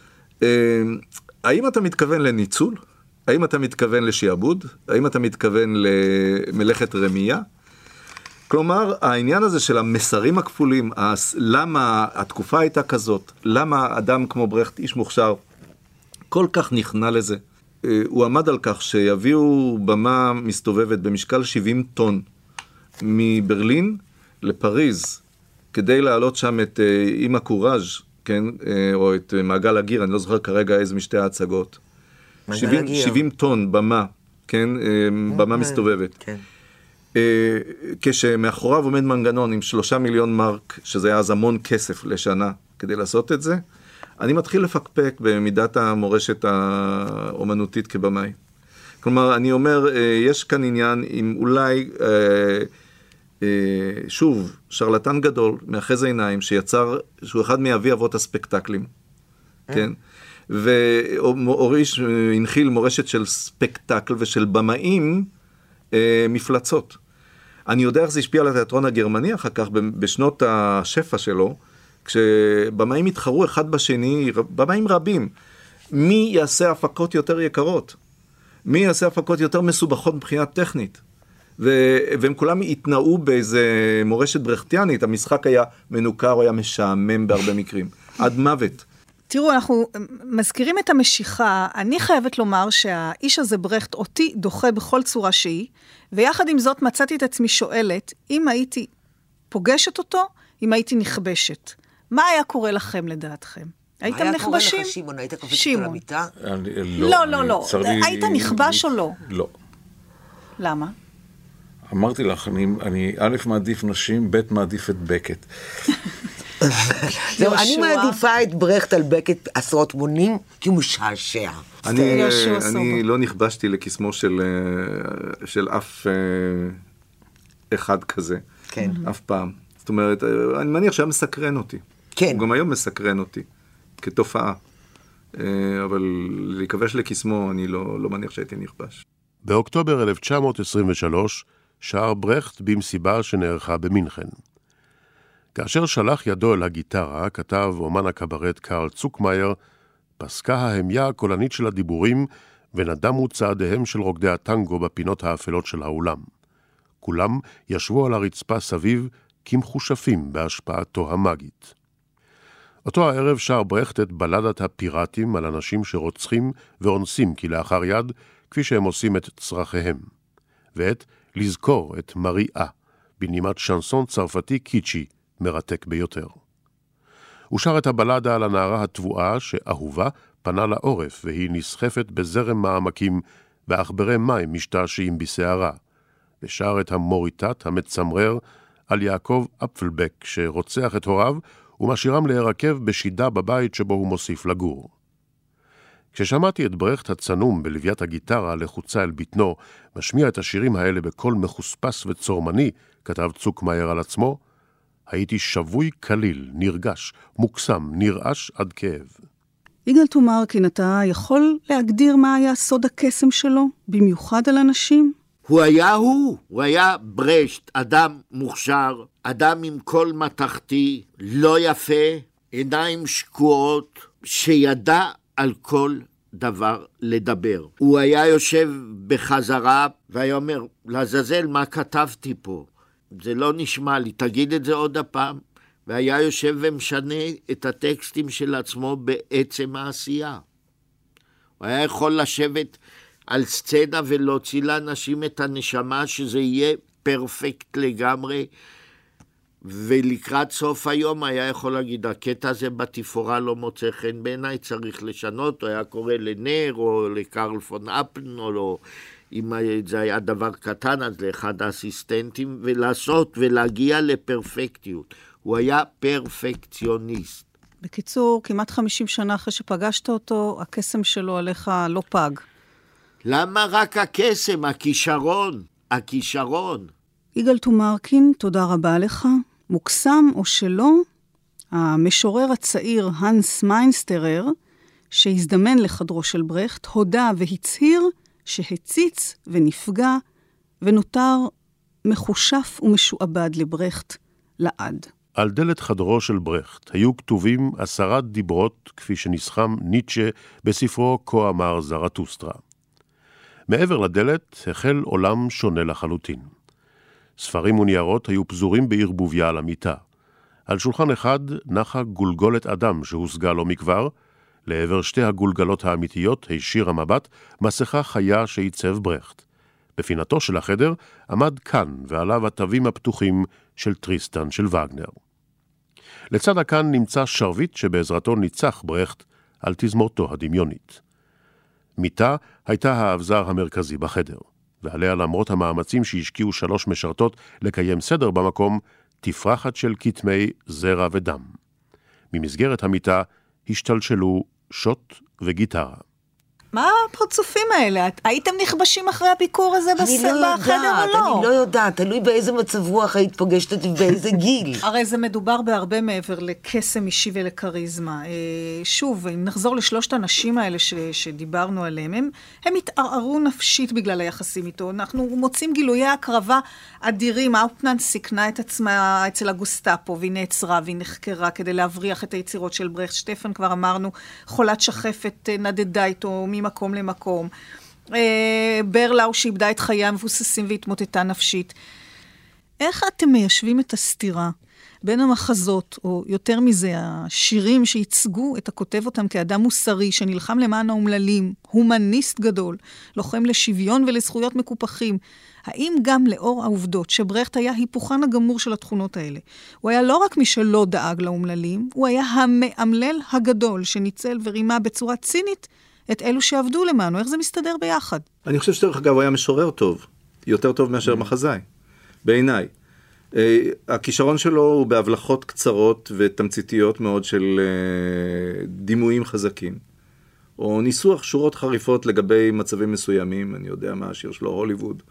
האם אתה מתכוון לניצול, האם אתה מתכוון לשיעבוד, האם אתה מתכוון למלאכת רמייה, כלומר העניין הזה של המסרים הכפולים, למה התקופה הייתה כזאת, למה אדם כמו ברכט איש מוכשר כל כך נכנע לזה, הוא עמד על כך שיביאו במה מסתובבת במשקל שבעים טון, מברלין לפריז, כדי להעלות שם את אימא קוראז', כן, או את מעגל הגיר, אני לא זוכר כרגע איזה משתי ההצגות. שבעים, שבעים טון במה, כן, במה מסתובבת. כן. כשמאחוריו עומד מנגנון עם שלושה מיליון מרק, שזה היה אז המון כסף לשנה כדי לעשות את זה, אני מתחיל לפקפק במידת המורשת האומנותית כבמאי. כלומר, אני אומר, יש כאן עניין עם אולי, שוב, שרלטן גדול, מאחז עיניים, שיצר, שהוא אחד מאבי אבות הספקטקלים, כן? ואוריש הנחיל מורשת של ספקטקל ושל במאים מפלצות. אני יודע איך זה השפיע על התיאטרון הגרמני אחר כך, בשנות השפע שלו, כשבמאים התחרו אחד בשני, במאים רבים, מי יעשה הפקות יותר יקרות? מי יעשה הפקות יותר מסובכות מבחינה טכנית? ו- והם כולם התנאו באיזה מורשת ברכטיאנית, המשחק היה מנוכר, הוא היה משעמם בהרבה מקרים, עד מוות. תראו, אנחנו מזכירים את המשיכה, אני חייבת לומר שהאיש הזה ברכט אותי דוחה בכל צורה שהיא, ויחד עם זאת מצאתי את עצמי שואלת, אם הייתי פוגשת אותו, אם הייתי נכבשת. מה היה קורה לכם לדעתכם? הייתם נכבשים? מה היה קורה לך, שמעון? היית קופצת על המיטה? לא, לא, לא. היית נכבש או לא? לא. למה? אמרתי לך, אני א' מעדיף נשים, ב' מעדיף את בקט. אני מעדיפה את ברכט על בקט עשרות מונים, כי הוא משעשע. אני לא נכבשתי לקסמו של אף אחד כזה. כן. אף פעם. זאת אומרת, אני מניח שהיה מסקרן אותי. כן. הוא גם היום מסקרן אותי, כתופעה. אבל להיכבש לקסמו, אני לא מניח שהייתי נכבש. באוקטובר אלף תשע מאות עשרים ושלוש שר ברכט במסיבה שנערכה במינכן. כאשר שלח ידו אל הגיטרה, כתב אומן הקברט קרל צוקמייר, פסקה ההמיה הקולנית של הדיבורים, ונדמו צעדיהם של רוקדי הטנגו בפינות האפלות של האולם. כולם ישבו על הרצפה סביב כמחושפים בהשפעתו המאגית. אותו הערב שר ברכט את בלדת הפיראטים על אנשים שרוצחים ואונסים כלאחר יד, כפי שהם עושים את צרכיהם, ואת לזכור את מריאה, בנימת שנסון צרפתי קיצ'י, מרתק ביותר. הוא שר את הבלדה על הנערה התבואה שאהובה פנה לעורף, והיא נסחפת בזרם מעמקים ואחברי מים משתעשעים בסערה, ושר את המוריטט המצמרר על יעקב אפפלבק שרוצח את הוריו ומשאירם להירקב בשידה בבית שבו הוא מוסיף לגור. כששמעתי את ברכט הצנום בלוויית הגיטרה לחוצה אל בטנו, משמיע את השירים האלה בקול מחוספס וצורמני, כתב צוקמייר על עצמו, הייתי שבוי כליל, נרגש, מוקסם, נרעש עד כאב. יגאל תומרקין, אתה יכול להגדיר מה היה סוד הקסם שלו, במיוחד על אנשים? הוא היה הוא, הוא היה ברכט, אדם מוכשר, אדם עם קול מתכתי, לא יפה, עיניים שקועות, שידע על כל דבר לדבר. הוא היה יושב בחזרה והיה אומר, לעזאזל, מה כתבתי פה? זה לא נשמע לי, תגיד את זה עוד הפעם. והיה יושב ומשנה את הטקסטים של עצמו בעצם העשייה. הוא היה יכול לשבת על סצנה ולהוציא לאנשים את הנשמה שזה יהיה פרפקט לגמרי, ולקראת סוף היום היה יכול להגיד, הקטע הזה בתפאורה לא מוצא חן בעיניי, צריך לשנות, הוא היה קורא לנר או לקרל פון אפן, או לא, אם זה היה דבר קטן, אז לאחד האסיסטנטים, ולעשות ולהגיע לפרפקטיות. הוא היה פרפקציוניסט. בקיצור, כמעט חמישים שנה אחרי שפגשת אותו, הקסם שלו עליך לא פג. למה רק הקסם? הכישרון, הכישרון. יגאל תומרקין, תודה רבה לך. מוקסם או שלא, המשורר הצעיר הנס מיינסטרר, שהזדמן לחדרו של ברכט, הודה והצהיר שהציץ ונפגע ונותר מחושף ומשועבד לברכט לעד. על דלת חדרו של ברכט היו כתובים עשרת דיברות, כפי שנסחם ניטשה בספרו כה אמר זרטוסטרה. מעבר לדלת החל עולם שונה לחלוטין. ספרים וניירות היו פזורים בערבוביה על המיטה. על שולחן אחד נחה גולגולת אדם שהושגה לו מכבר, לעבר שתי הגולגלות האמיתיות הישיר המבט מסכה חיה שעיצב ברכט. בפינתו של החדר עמד כאן ועליו התווים הפתוחים של טריסטן של וגנר. לצד הכאן נמצא שרביט שבעזרתו ניצח ברכט על תזמורתו הדמיונית. מיטה הייתה האבזר המרכזי בחדר, ועליה למרות המאמצים שהשקיעו שלוש משרתות לקיים סדר במקום, תפרחת של כתמי זרע ודם. ממסגרת המיטה השתלשלו שוט וגיטרה. מה הפרצופים האלה? הייתם נכבשים אחרי הביקור הזה בחדר או לא? אני לא יודעת, תלוי באיזה מצב רוח היית פוגשת ובאיזה גיל. הרי זה מדובר בהרבה מעבר לקסם אישי ולקריזמה. שוב, אם נחזור לשלושת האנשים האלה שדיברנו עליהם, הם, הם התערערו נפשית בגלל היחסים איתו. אנחנו מוצאים גילויי הקרבה אדירים. האופטמן סיכנה את עצמה אצל הגוסטאפו, והיא נעצרה והיא נחקרה כדי להבריח את היצירות של ברכט. שטפן, כבר אמרנו, חולת שחפת נדדה איתו ממקום למקום. ברלאו שאיבדה את חייה המבוססים והתמוטטה נפשית. איך אתם מיישבים את הסתירה בין המחזות, או יותר מזה, השירים שייצגו את הכותב אותם כאדם מוסרי, שנלחם למען האומללים, הומניסט גדול, לוחם לשוויון ולזכויות מקופחים? האם גם לאור העובדות שברכט היה היפוכן הגמור של התכונות האלה? הוא היה לא רק מי שלא דאג לאומללים, הוא היה המאמלל הגדול שניצל ורימה בצורה צינית את אלו שעבדו למענו. איך זה מסתדר ביחד? אני חושב שדרך אגב הוא היה משורר טוב, יותר טוב מאשר מחזאי, בעיניי. הכישרון שלו הוא בהבלחות קצרות ותמציתיות מאוד של דימויים חזקים, או ניסוח שורות חריפות לגבי מצבים מסוימים. אני יודע מה השיר שלו, הוליווד.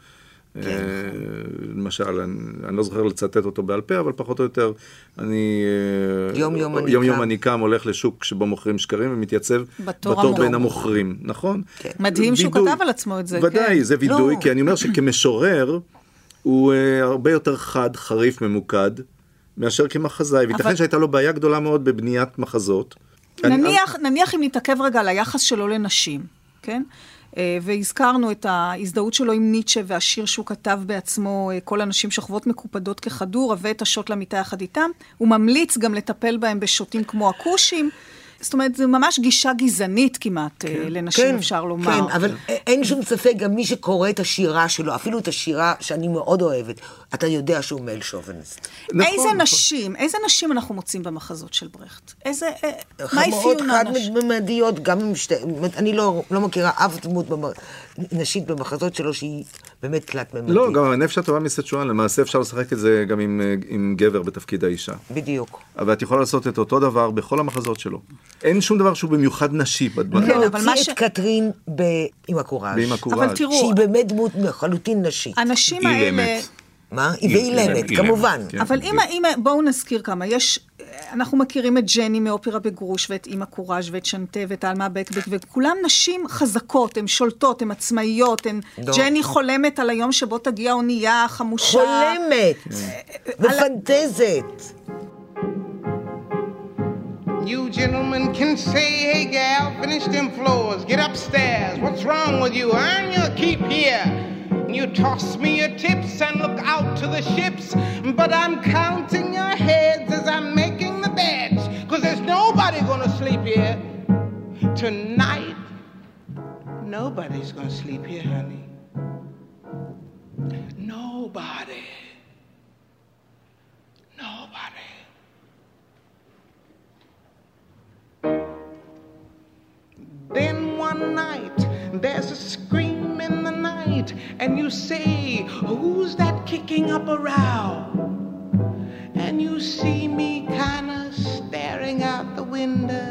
למשל, אני לא זוכר לצטט אותו בעל פה, אבל פחות או יותר, אני יום יום אני יום יום אני קם, הולך לשוק שבו מוכרים שקרים ומתייצב בתור בין המוכרים, נכון? מדהים שהוא כתב על עצמו את זה. ודאי, זה וידוי, כי אני אומר שכמשורר הוא הרבה יותר חד, חריף, ממוקד, מאשר כמחזאי, ויתכן שהייתה לו בעיה גדולה מאוד בבניית מחזות. נניח אם נתעכב רגע על היחס שלו לנשים, כן? והזכרנו את ההזדהות שלו עם ניטשה והשיר שהוא כתב בעצמו, כל הנשים שוכבות מקופדות כחדור, ואת השוט למיטה יחד איתם. הוא ממליץ גם לטפל בהם בשוטים כמו הקושים. זאת אומרת, זו ממש גישה גזענית כמעט לנשים, אפשר לומר. כן, אבל אין שום ספק, גם מי שקורא את השירה שלו, אפילו את השירה שאני מאוד אוהבת, אתה יודע שהוא מייל שוביניסט. איזה נשים, איזה נשים אנחנו מוצאים במחזות של ברכט? איזה, מה אפיון מאוד חד-ממדיות, גם עם שתי, אני לא מכירה אף דמות נשית במחזות שלו שהיא באמת תלת-ממדית. לא, גם הנפש הטובה מסצ'ואן, למעשה אפשר לשחק את זה גם עם גבר בתפקיד האישה. בדיוק. אבל את יכולה לעשות את אותו דבר בכל המחזות שלו. אין שום דבר שהוא במיוחד נשי בדמות. כן, אבל מה ש... את קטרין עם הקוראז'. עם הקוראז'. שהיא באמת דמות לחלוטין נשית. הנשים האלה... מה? היא ואילמת, כמובן. אבל אם, בואו נזכיר כמה, יש, אנחנו מכירים את ג'ני מאופרה בגרוש, ואת אימא קוראז' ואת שנטה ואת אלמה בקבק, וכולם נשים חזקות, הן שולטות, הן עצמאיות, ג'ני חולמת על היום שבו תגיע אונייה חמושה. חולמת, בפנטזת. You gentlemen can say, hey gal, finish them floors, get upstairs, what's wrong with you, earn your keep here. You toss me your tips and look out to the ships, but I'm counting your heads as I'm making the beds, cause there's nobody gonna sleep here tonight. Nobody's gonna sleep here, honey. Nobody. Nobody. Then one night, there's a scream in the night, and you say, who's that kicking up a row? And you see me kinda staring out the window,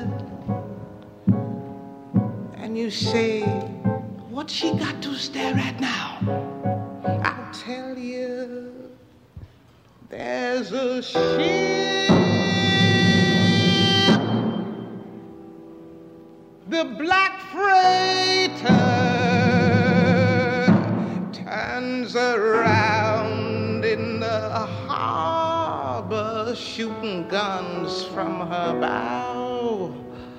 and you say, what's she got to stare at now? I'll tell you, there's a ship. The black freighter turns around in the harbor, shooting guns from her bow.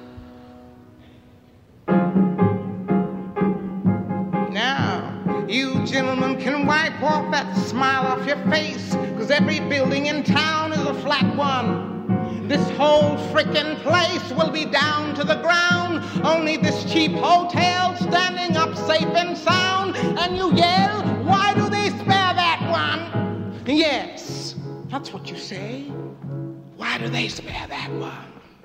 Now, you gentlemen can wipe off that smile off your face, cause every building in town is a flat one. This whole frickin' place will be down to the ground. Only this cheap hotel standing up safe and sound. And you yell, why do they spare that one? Yes, that's what you say. Why do they spare that one?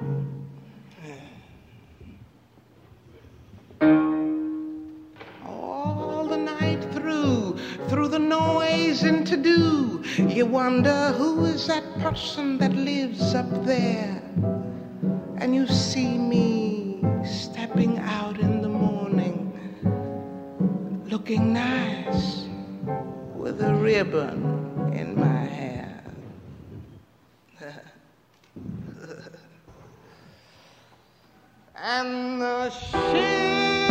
All the night through, through the noise and to-do, you wonder who is that person that lives up there. and you see me stepping out in the morning, looking nice with a ribbon in my hair. And the ship,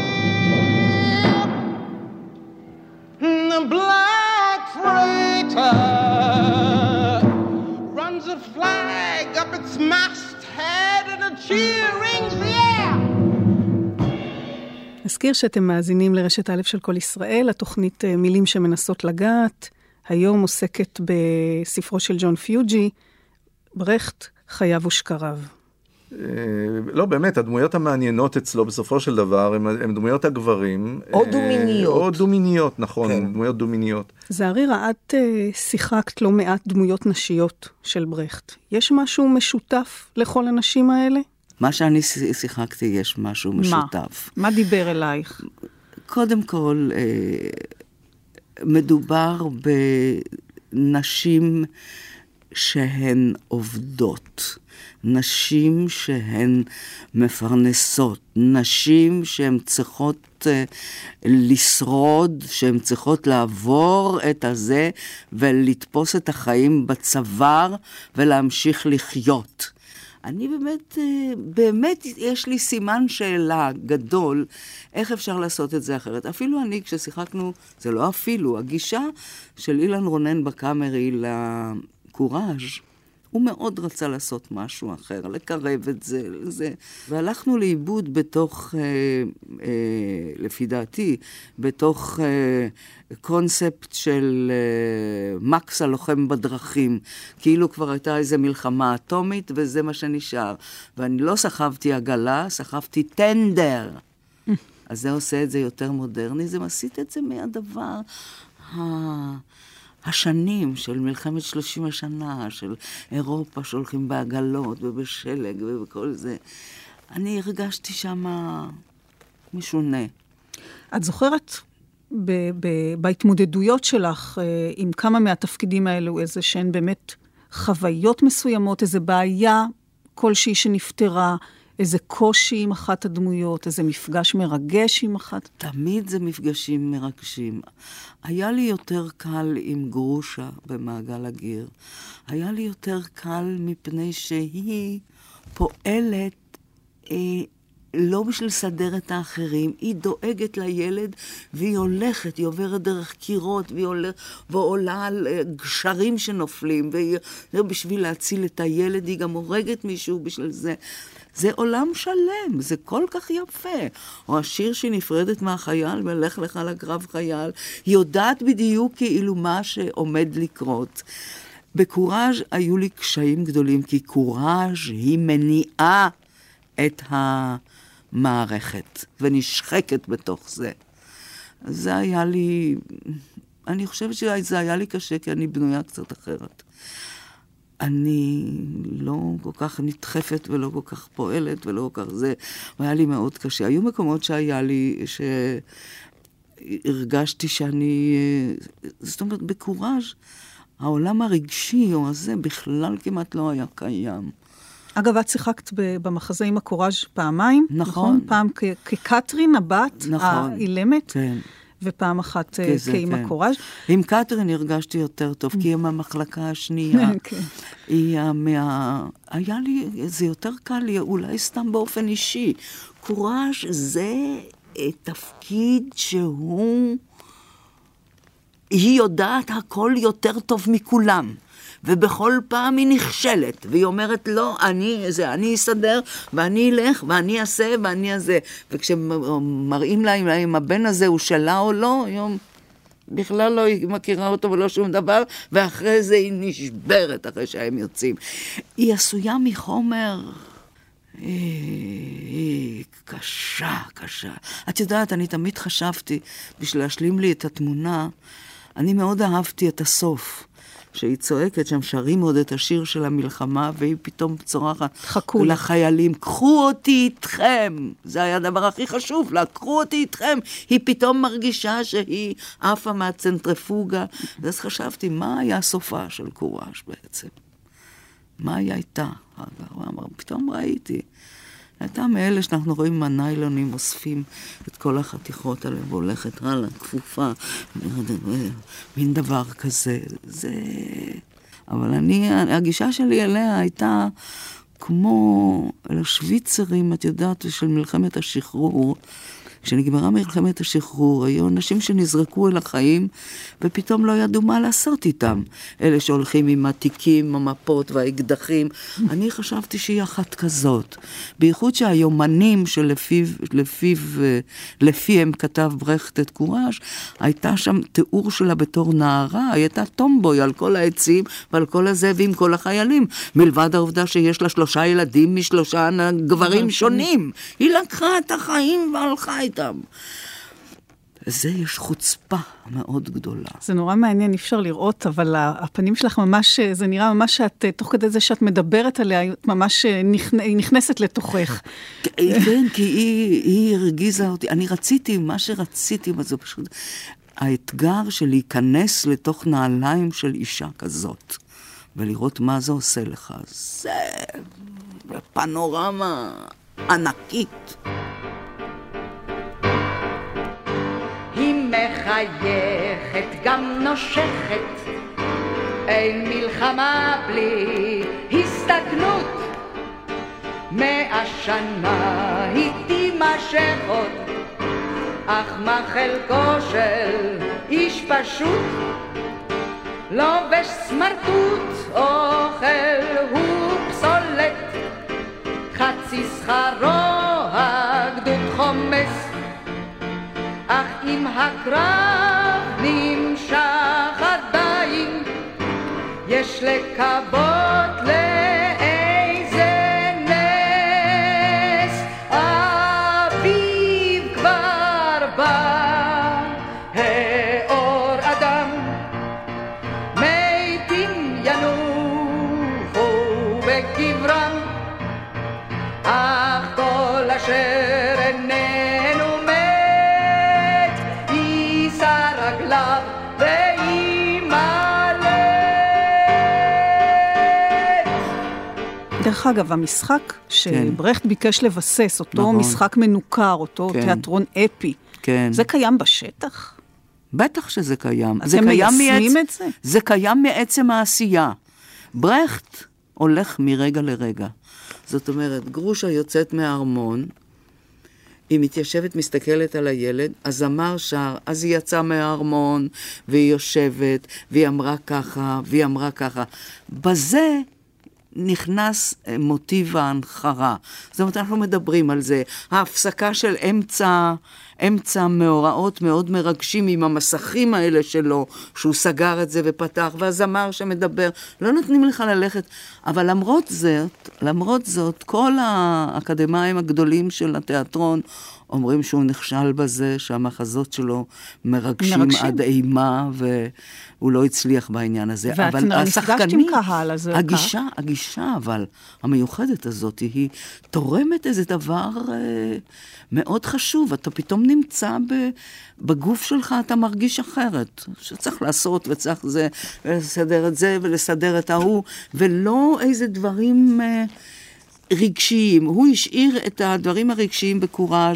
the black freighter, runs a flag up its masthead and a cheer rings the air. נזכיר שאתם מאזינים לרשת א' של כל ישראל, התוכנית מילים שמנסות לגעת, היום עוסקת בספרו של ג'ון פיוג'י, ברכט, חייו ושקריו. לא, באמת, הדמויות המעניינות אצלו בסופו של דבר, הן דמויות הגברים. או דומיניות. או דומיניות, נכון, דמויות דומיניות. זערירה, את שיחקת לא מעט דמויות נשיות של ברכט. יש משהו משותף לכל הנשים האלה? מה שאני שיחקתי, יש משהו משותף. מה? מה דיבר אלייך? קודם כל, מדובר בנשים שהן עובדות. נשים שהן מפרנסות, נשים שהן צריכות uh, לשרוד, שהן צריכות לעבור את הזה ולתפוס את החיים בצוואר ולהמשיך לחיות. אני באמת, באמת יש לי סימן שאלה גדול, איך אפשר לעשות את זה אחרת. אפילו אני, כששיחקנו, זה לא אפילו, הגישה של אילן רונן בקאמרי לקוראז', הוא מאוד רצה לעשות משהו אחר, לקרב את זה, זה. והלכנו לאיבוד בתוך, אה, אה, לפי דעתי, בתוך אה, קונספט של אה, מקס הלוחם בדרכים, כאילו כבר הייתה איזו מלחמה אטומית, וזה מה שנשאר. ואני לא סחבתי עגלה, סחבתי טנדר. אז זה עושה את זה יותר מודרני, זה מסית את זה מהדבר ה... השנים של מלחמת שלושים השנה, של אירופה שהולכים בעגלות ובשלג ובכל זה. אני הרגשתי שמה משונה. את זוכרת ב- ב- בהתמודדויות שלך עם כמה מהתפקידים האלו, איזה שהן באמת חוויות מסוימות, איזה בעיה כלשהי שנפטרה, איזה קושי עם אחת הדמויות, איזה מפגש מרגש עם אחת? תמיד זה מפגשים מרגשים. היה לי יותר קל עם גרושה במעגל הגיר. היה לי יותר קל מפני שהיא פועלת אה, לא בשביל לסדר את האחרים. היא דואגת לילד והיא הולכת, היא עוברת דרך קירות והיא הולכת, ועולה על גשרים שנופלים, והיא בשביל להציל את הילד, היא גם הורגת מישהו בשביל זה. זה עולם שלם, זה כל כך יפה. או השיר שהיא נפרדת מהחייל, ולך לך לקרב חייל, היא יודעת בדיוק כאילו מה שעומד לקרות. בקוראז' היו לי קשיים גדולים, כי קוראז' היא מניעה את המערכת, ונשחקת בתוך זה. זה היה לי, אני חושבת שזה היה לי קשה, כי אני בנויה קצת אחרת. אני לא כל כך נדחפת ולא כל כך פועלת ולא כל כך זה. היה לי מאוד קשה. היו מקומות שהיה לי, שהרגשתי שאני, זאת אומרת, בקוראז' העולם הרגשי או הזה בכלל כמעט לא היה קיים. אגב, את שיחקת במחזה עם הקוראז' פעמיים, נכון? נכון? פעם כקטרין הבת, נכון. האילמת. כן. ופעם אחת כאימא כן. קוראז'. עם קטרין הרגשתי יותר טוב, כי היא מהמחלקה השנייה. כן. היא מה... היה לי, זה יותר קל לי, אולי סתם באופן אישי. קוראז' זה תפקיד שהוא... היא יודעת הכל יותר טוב מכולם. ובכל פעם היא נכשלת, והיא אומרת, לא, אני, זה, אני אסדר, ואני אלך, ואני אעשה, ואני אעשה. וכשמראים לה אם הבן הזה הוא שלה או לא, היום בכלל לא היא מכירה אותו ולא שום דבר, ואחרי זה היא נשברת אחרי שהם יוצאים. היא עשויה מחומר... היא קשה, קשה. את יודעת, אני תמיד חשבתי, בשביל להשלים לי את התמונה, אני מאוד אהבתי את הסוף. שהיא צועקת, שהם שרים עוד את השיר של המלחמה, והיא פתאום צורחת לחיילים, קחו אותי איתכם. זה היה הדבר הכי חשוב לה, קחו אותי איתכם. היא פתאום מרגישה שהיא עפה מהצנטריפוגה. אז חשבתי, מה היה סופה של קוראז' בעצם? מה היא הייתה? פתאום ראיתי. הייתה מאלה שאנחנו רואים עם הניילונים, אוספים את כל החתיכות האלה, והולכת הלאה, כפופה, מין דבר כזה. זה... אבל אני, הגישה שלי אליה הייתה כמו אל השוויצרים, את יודעת, של מלחמת השחרור. כשנגמרה מלחמת השחרור, היו אנשים שנזרקו אל החיים, ופתאום לא ידעו מה לעשות איתם. אלה שהולכים עם התיקים, המפות והאקדחים. אני חשבתי שהיא אחת כזאת. בייחוד שהיומנים שלפיו, לפיו, לפיהם כתב ברכט את קוראז', הייתה שם תיאור שלה בתור נערה, היא הייתה טומבוי על כל העצים ועל כל הזה ועם כל החיילים. מלבד העובדה שיש לה שלושה ילדים משלושה גברים שונים. היא לקחה את החיים והלכה איתם. זה יש חוצפה מאוד גדולה. זה נורא מעניין, אפשר לראות, אבל הפנים שלך ממש, זה נראה ממש שאת, תוך כדי זה שאת מדברת עליה, ממש נכנסת לתוכך. כן, כי היא, היא הרגיזה אותי. אני רציתי, מה שרציתי, זה פשוט, האתגר של להיכנס לתוך נעליים של אישה כזאת, ולראות מה זה עושה לך. זה פנורמה ענקית. מחייכת גם נושכת, אין מלחמה בלי הסתגנות, מאה שנה היא תימשך עוד, אך מה חלקו של איש פשוט, לובש סמרטוט, אוכל הוא פסולת, חצי שכרו הגדוד חומס, אך אם הקרב נמשך עדיין, יש לקוות לאיזה נס, אביב כבר בא, האור אדם, מתים ינוחו בקברם, אך כל אשר איננו רגליו וימלט. דרך אגב, המשחק שברכט ביקש לבסס, אותו משחק מנוכר, אותו תיאטרון אפי, זה קיים בשטח? בטח שזה קיים. אתם מיישמים את זה? זה קיים מעצם העשייה. ברכט הולך מרגע לרגע. זאת אומרת, גרושה יוצאת מהארמון, היא מתיישבת, מסתכלת על הילד, אז אמר שר, אז היא יצאה מהארמון, והיא יושבת, והיא אמרה ככה, והיא אמרה ככה. בזה נכנס מוטיב ההנחרה. זאת אומרת, אנחנו מדברים על זה. ההפסקה של אמצע, אמצע מאורעות מאוד מרגשים עם המסכים האלה שלו, שהוא סגר את זה ופתח, והזמר שמדבר, לא נותנים לך ללכת. אבל למרות זאת, למרות זאת, כל האקדמיים הגדולים של התיאטרון אומרים שהוא נכשל בזה, שהמחזות שלו מרגשים, מרגשים. עד אימה, והוא לא הצליח בעניין הזה. ואת נפגשת עם קהל, אז הגישה, הגישה, אבל המיוחדת הזאת, היא תורמת איזה דבר אה, מאוד חשוב. אתה פתאום נמצא ב, בגוף שלך, אתה מרגיש אחרת. שצריך לעשות, וצריך זה, לסדר את זה, ולסדר את ההוא, ולא איזה דברים... אה, רגשיים. הוא השאיר את הדברים הרגשיים בקוראז'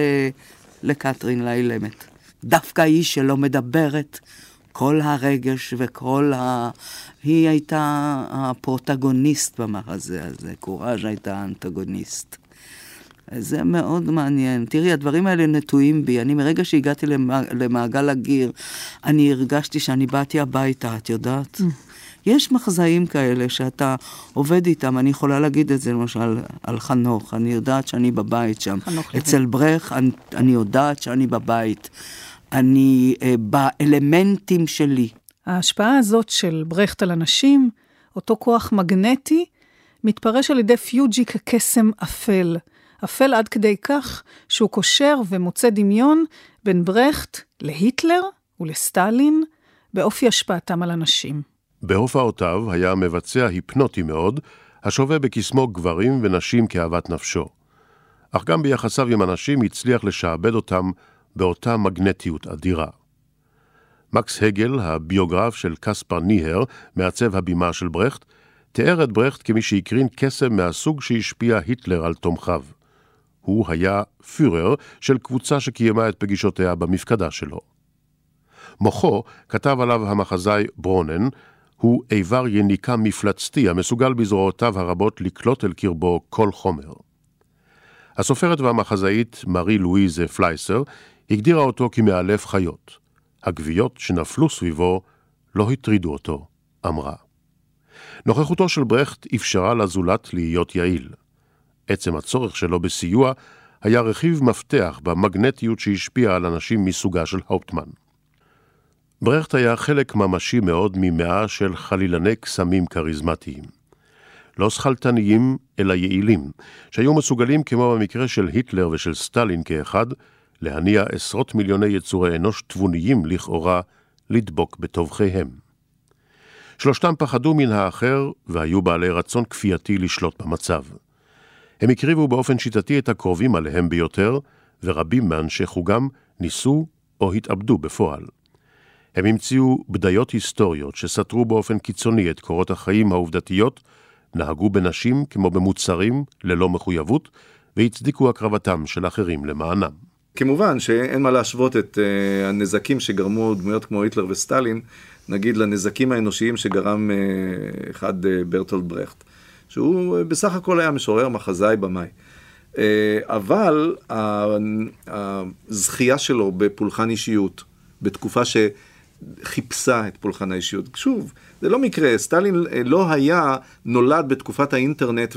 לקטרין, לאילמת. דווקא היא שלא מדברת, כל הרגש וכל ה... היא הייתה הפרוטגוניסט במחזה הזה, קוראז' הייתה האנטגוניסט. זה מאוד מעניין. תראי, הדברים האלה נטועים בי. אני מרגע שהגעתי למעגל הגיר, אני הרגשתי שאני באתי הביתה, את יודעת? יש מחזאים כאלה שאתה עובד איתם, אני יכולה להגיד את זה למשל על חנוך, אני יודעת שאני בבית שם. אצל ברך אני, אני יודעת שאני בבית. אני אה, באלמנטים שלי. ההשפעה הזאת של ברכט על אנשים, אותו כוח מגנטי, מתפרש על ידי פיוג'י כקסם אפל. אפל עד כדי כך שהוא קושר ומוצא דמיון בין ברכט להיטלר ולסטלין באופי השפעתם על אנשים. בהופעותיו היה מבצע היפנוטי מאוד, השווה בקסמו גברים ונשים כאהבת נפשו. אך גם ביחסיו עם אנשים הצליח לשעבד אותם באותה מגנטיות אדירה. מקס הגל, הביוגרף של קספר ניהר, מעצב הבימה של ברכט, תיאר את ברכט כמי שהקרין קסם מהסוג שהשפיע היטלר על תומכיו. הוא היה פיורר של קבוצה שקיימה את פגישותיה במפקדה שלו. מוחו, כתב עליו המחזאי ברונן, הוא איבר יניקה מפלצתי המסוגל בזרועותיו הרבות לקלוט אל קרבו כל חומר. הסופרת והמחזאית מארי לואיזה פלייסר הגדירה אותו כמאלף חיות. הגוויות שנפלו סביבו לא הטרידו אותו, אמרה. נוכחותו של ברכט אפשרה לזולת להיות יעיל. עצם הצורך שלו בסיוע היה רכיב מפתח במגנטיות שהשפיעה על אנשים מסוגה של האופטמן. ברכט היה חלק ממשי מאוד ממאה של חלילני קסמים קריזמטיים. לא שחלטניים, אלא יעילים, שהיו מסוגלים, כמו במקרה של היטלר ושל סטלין כאחד, להניע עשרות מיליוני יצורי אנוש תבוניים לכאורה לדבוק בטובחיהם. שלושתם פחדו מן האחר והיו בעלי רצון כפייתי לשלוט במצב. הם הקריבו באופן שיטתי את הקרובים עליהם ביותר, ורבים מאנשי חוגם ניסו או התאבדו בפועל. הם המציאו בדיות היסטוריות שסתרו באופן קיצוני את קורות החיים העובדתיות, נהגו בנשים כמו במוצרים ללא מחויבות, והצדיקו הקרבתם של אחרים למענם. כמובן שאין מה להשוות את uh, הנזקים שגרמו דמויות כמו היטלר וסטלין, נגיד לנזקים האנושיים שגרם uh, אחד uh, ברטולד ברכט, שהוא uh, בסך הכל היה משורר, מחזאי, במאי. Uh, אבל uh, הזכייה שלו בפולחן אישיות, בתקופה שחיפשה את פולחן האישיות, שוב, זה לא מקרה, סטלין לא היה נולד בתקופת האינטרנט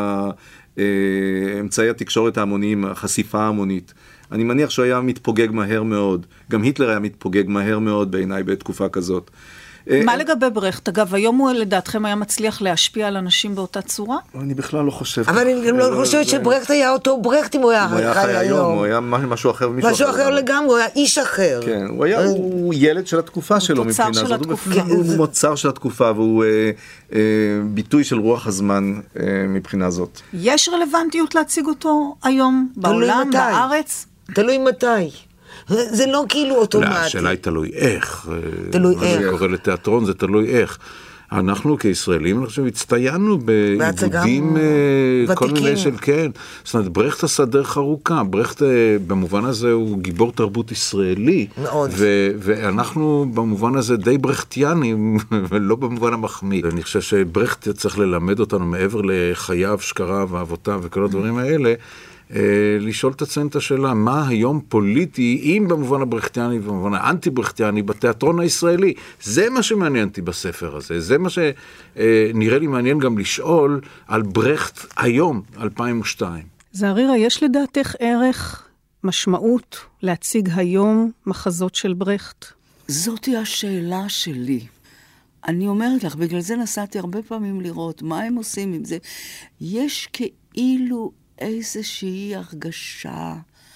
והאמצעי התקשורת ההמוניים, החשיפה ההמונית. אני מניח שהוא היה מתפוגג מהר מאוד. גם היטלר היה מתפוגג מהר מאוד בעיניי בתקופה כזאת. מה לגבי ברכט? אגב, היום הוא לדעתכם היה מצליח להשפיע על אנשים באותה צורה? אני בכלל לא חושב. אבל אני גם לא חושבת שברכט היה אותו ברכט אם הוא היה חי היום. הוא היה משהו אחר ומישהו אחר. משהו אחר לגמרי, הוא היה איש אחר. כן, הוא היה ילד של התקופה שלו מבחינה זאת. הוא מוצר של התקופה והוא ביטוי של רוח הזמן מבחינה זאת. יש רלוונטיות להציג אותו היום בעולם, בארץ? תלוי מתי. זה לא כאילו אוטומטי. לא, השאלה היא תלוי איך. תלוי איך. מה שקורה לתיאטרון זה תלוי איך. אנחנו כישראלים, אני חושב, הצטיינו בעיבודים כל מיני של, כן. זאת אומרת, ברכט עשה דרך ארוכה. ברכט במובן הזה הוא גיבור תרבות ישראלי. מאוד. ואנחנו במובן הזה די ברכטיאנים, ולא במובן המחמיא. אני חושב שברכט צריך ללמד אותנו מעבר לחייו, שקריו, אהבותיו וכל הדברים האלה, לשאול את עצמנו את השאלה, מה היום פוליטי, אם במובן הברכטיאני ובמובן האנטי-ברכטיאני, בתיאטרון הישראלי. זה מה שמעניינתי בספר הזה. זה מה שנראה לי מעניין גם לשאול על ברכט היום, אלפיים ושתיים. זערירה, יש לדעתך ערך, משמעות, להציג היום מחזות של ברכט? זאתי השאלה שלי. אני אומרת לך, בגלל זה נסעתי הרבה פעמים לראות מה הם עושים עם זה. יש כאילו איזושהי הרגשה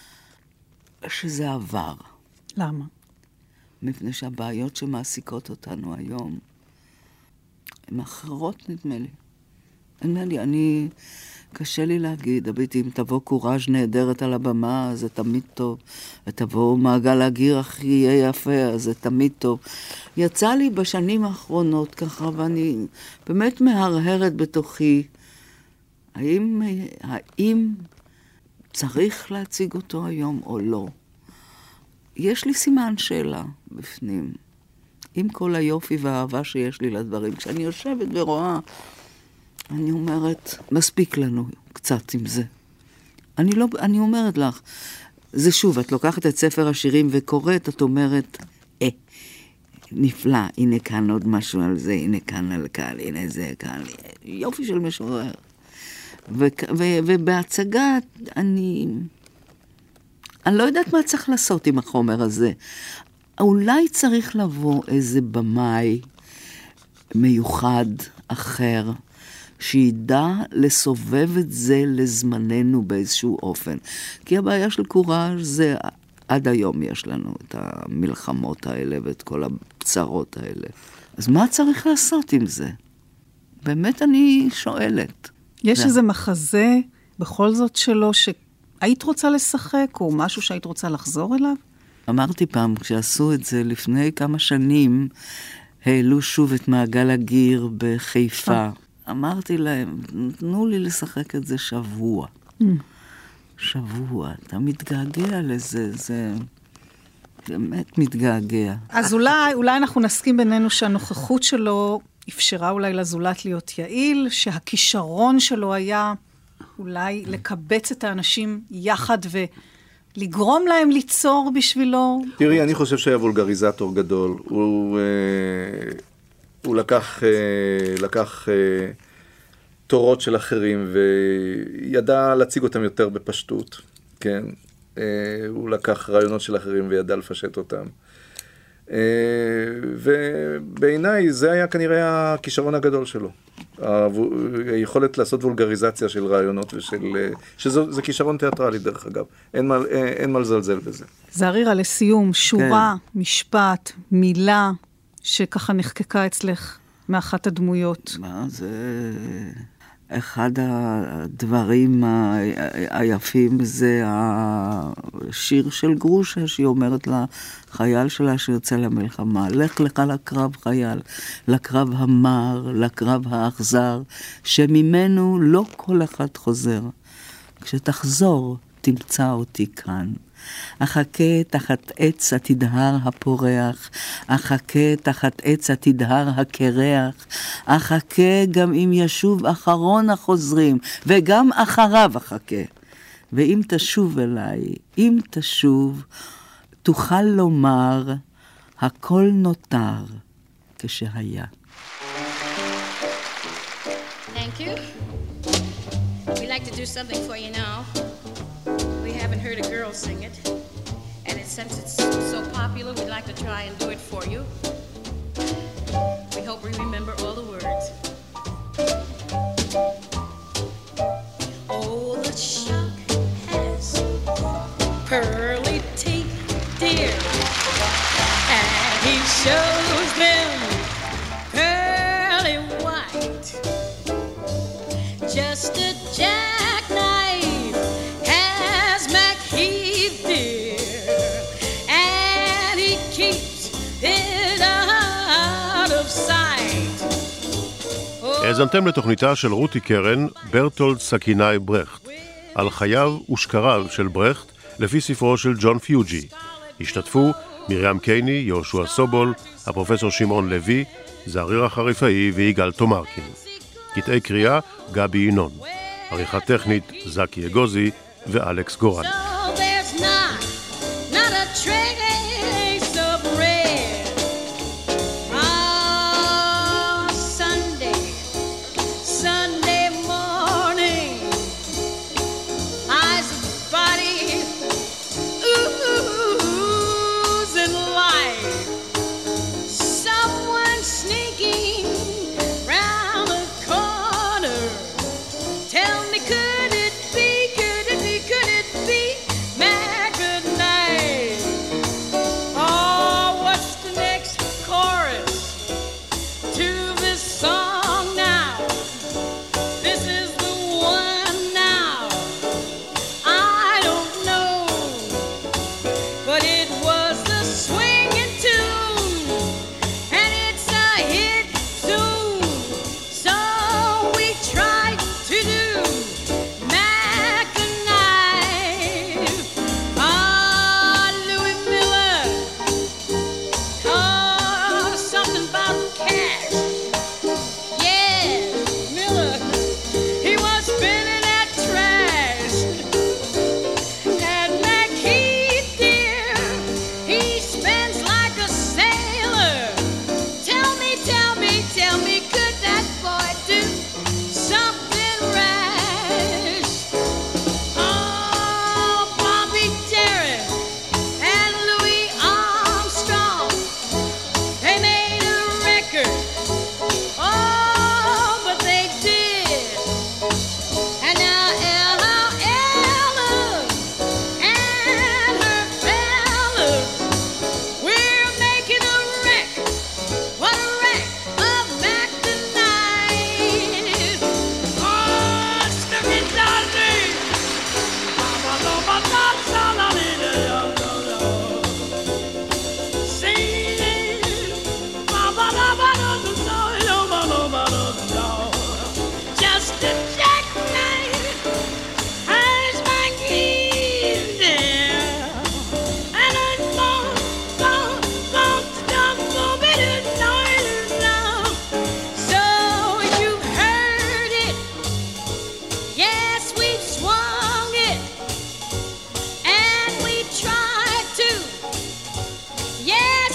שזה עבר. למה? מפני שהבעיות שמעסיקות אותנו היום הן אחרות, נדמה לי. נדמה לי, אני, קשה לי להגיד, הביתי, אם תבוא קוראז' נהדרת על הבמה, זה תמיד טוב. ותבוא מעגל הגיר הכי יהיה יפה, אז זה תמיד טוב. יצא לי בשנים האחרונות ככה, ואני באמת מהרהרת בתוכי, האם, האם צריך להציג אותו היום או לא? יש לי סימן שאלה בפנים. עם כל היופי והאהבה שיש לי לדברים. כשאני יושבת ורואה, אני אומרת, מספיק לנו קצת עם זה. אני, לא, אני אומרת לך, זה שוב, את לוקחת את ספר השירים וקוראת, את אומרת, אה, נפלא, הנה כאן עוד משהו על זה, הנה כאן על כאן, הנה זה כאן, יופי של משורר. ו- ו- ובהצגה אני אני לא יודעת מה צריך לעשות עם החומר הזה. אולי צריך לבוא איזה במאי מיוחד אחר שידע לסובב את זה לזמננו באיזשהו אופן. כי הבעיה של קוראז' זה עד היום יש לנו את המלחמות האלה ואת כל הבצרות האלה. אז מה צריך לעשות עם זה? באמת אני שואלת. יש איזה מחזה בכל זאת שלו שהיית רוצה לשחק, או משהו שהיית רוצה לחזור אליו? אמרתי פעם, כשעשו את זה לפני כמה שנים, העלו שוב את מעגל הגיר בחיפה. אמרתי להם, תנו לי לשחק את זה שבוע. Mm. שבוע, אתה מתגעגע לזה, זה באמת מתגעגע. אז אולי, אולי אנחנו נסכים בינינו שהנוכחות שלו אפשרה אולי לזולת להיות יעיל, שהכישרון שלו היה אולי לקבץ את האנשים יחד ולגרום להם ליצור בשבילו. תראי, אני חושב שהיה וולגריזטור גדול. הוא, הוא לקח, לקח תורות של אחרים וידע להציג אותם יותר בפשטות, כן? הוא לקח רעיונות של אחרים וידע לפשט אותם. ובעיניי זה היה כנראה הכישרון הגדול שלו. היכולת לעשות וולגריזציה של רעיונות ושל... שזה כישרון תיאטרלי דרך אגב. אין מה, אין מה לזלזל בזה. זערירה, לסיום, שורה, כן. משפט, מילה, שככה נחקקה אצלך מאחת הדמויות. מה זה... אחד הדברים היפים זה השיר של גרושה, שהיא אומרת לחייל שלה שיוצא למלחמה, לך לך לקרב חייל, לקרב המר, לקרב האכזר, שממנו לא כל אחד חוזר. כשתחזור, תמצא אותי כאן. אחכה תחת עץ התדהר הפורח, אחכה תחת עץ התדהר הקרח, אחכה גם אם ישוב אחרון החוזרים, וגם אחריו אחכה. ואם תשוב אליי, אם תשוב, תוכל לומר, הכל נותר כשהיה. Thank you. We'd like to do something for you now. We haven't heard a girl sing it, and it, since it's so popular, we'd like to try and do it for you. We hope we remember all the words. Oh, the shark has pearly teeth, dear, and he shows them pearly white. Just a jackknife has MacHeath, dear, and he keeps it out of sight. האזנתם לתוכניתה של רותי קרן, ברטולד סכינאי ברכט, על חייו ושקריו של ברכט לפי ספרו של ג'ון פיוג'י. השתתפו מרים קייני, יהושע סובול, הפרופסור שמעון לוי, זערירה חריפאי ויגאל תומרקין. קטעי קריאה גבי ינון. עריכה טכנית זקי אגוזי ואלכס גורן. Tell me, could it be, could it be, could it be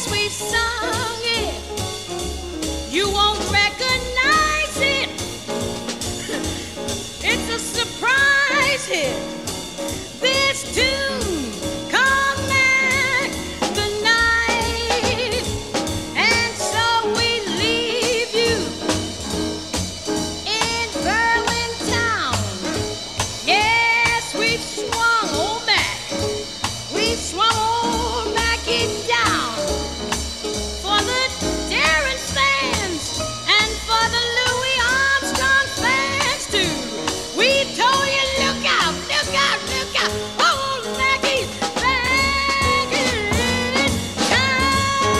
we've sung it. You won't recognize it. It's a surprise hit. This tune called Mac the Night. And so we leave you in Berlin town. Yes, we've swung old Mac. We've swung old Mac it down. For the Darren fans and for the Louis Armstrong fans too. We told you, look out, look out, look out. Old Mackie's back in town.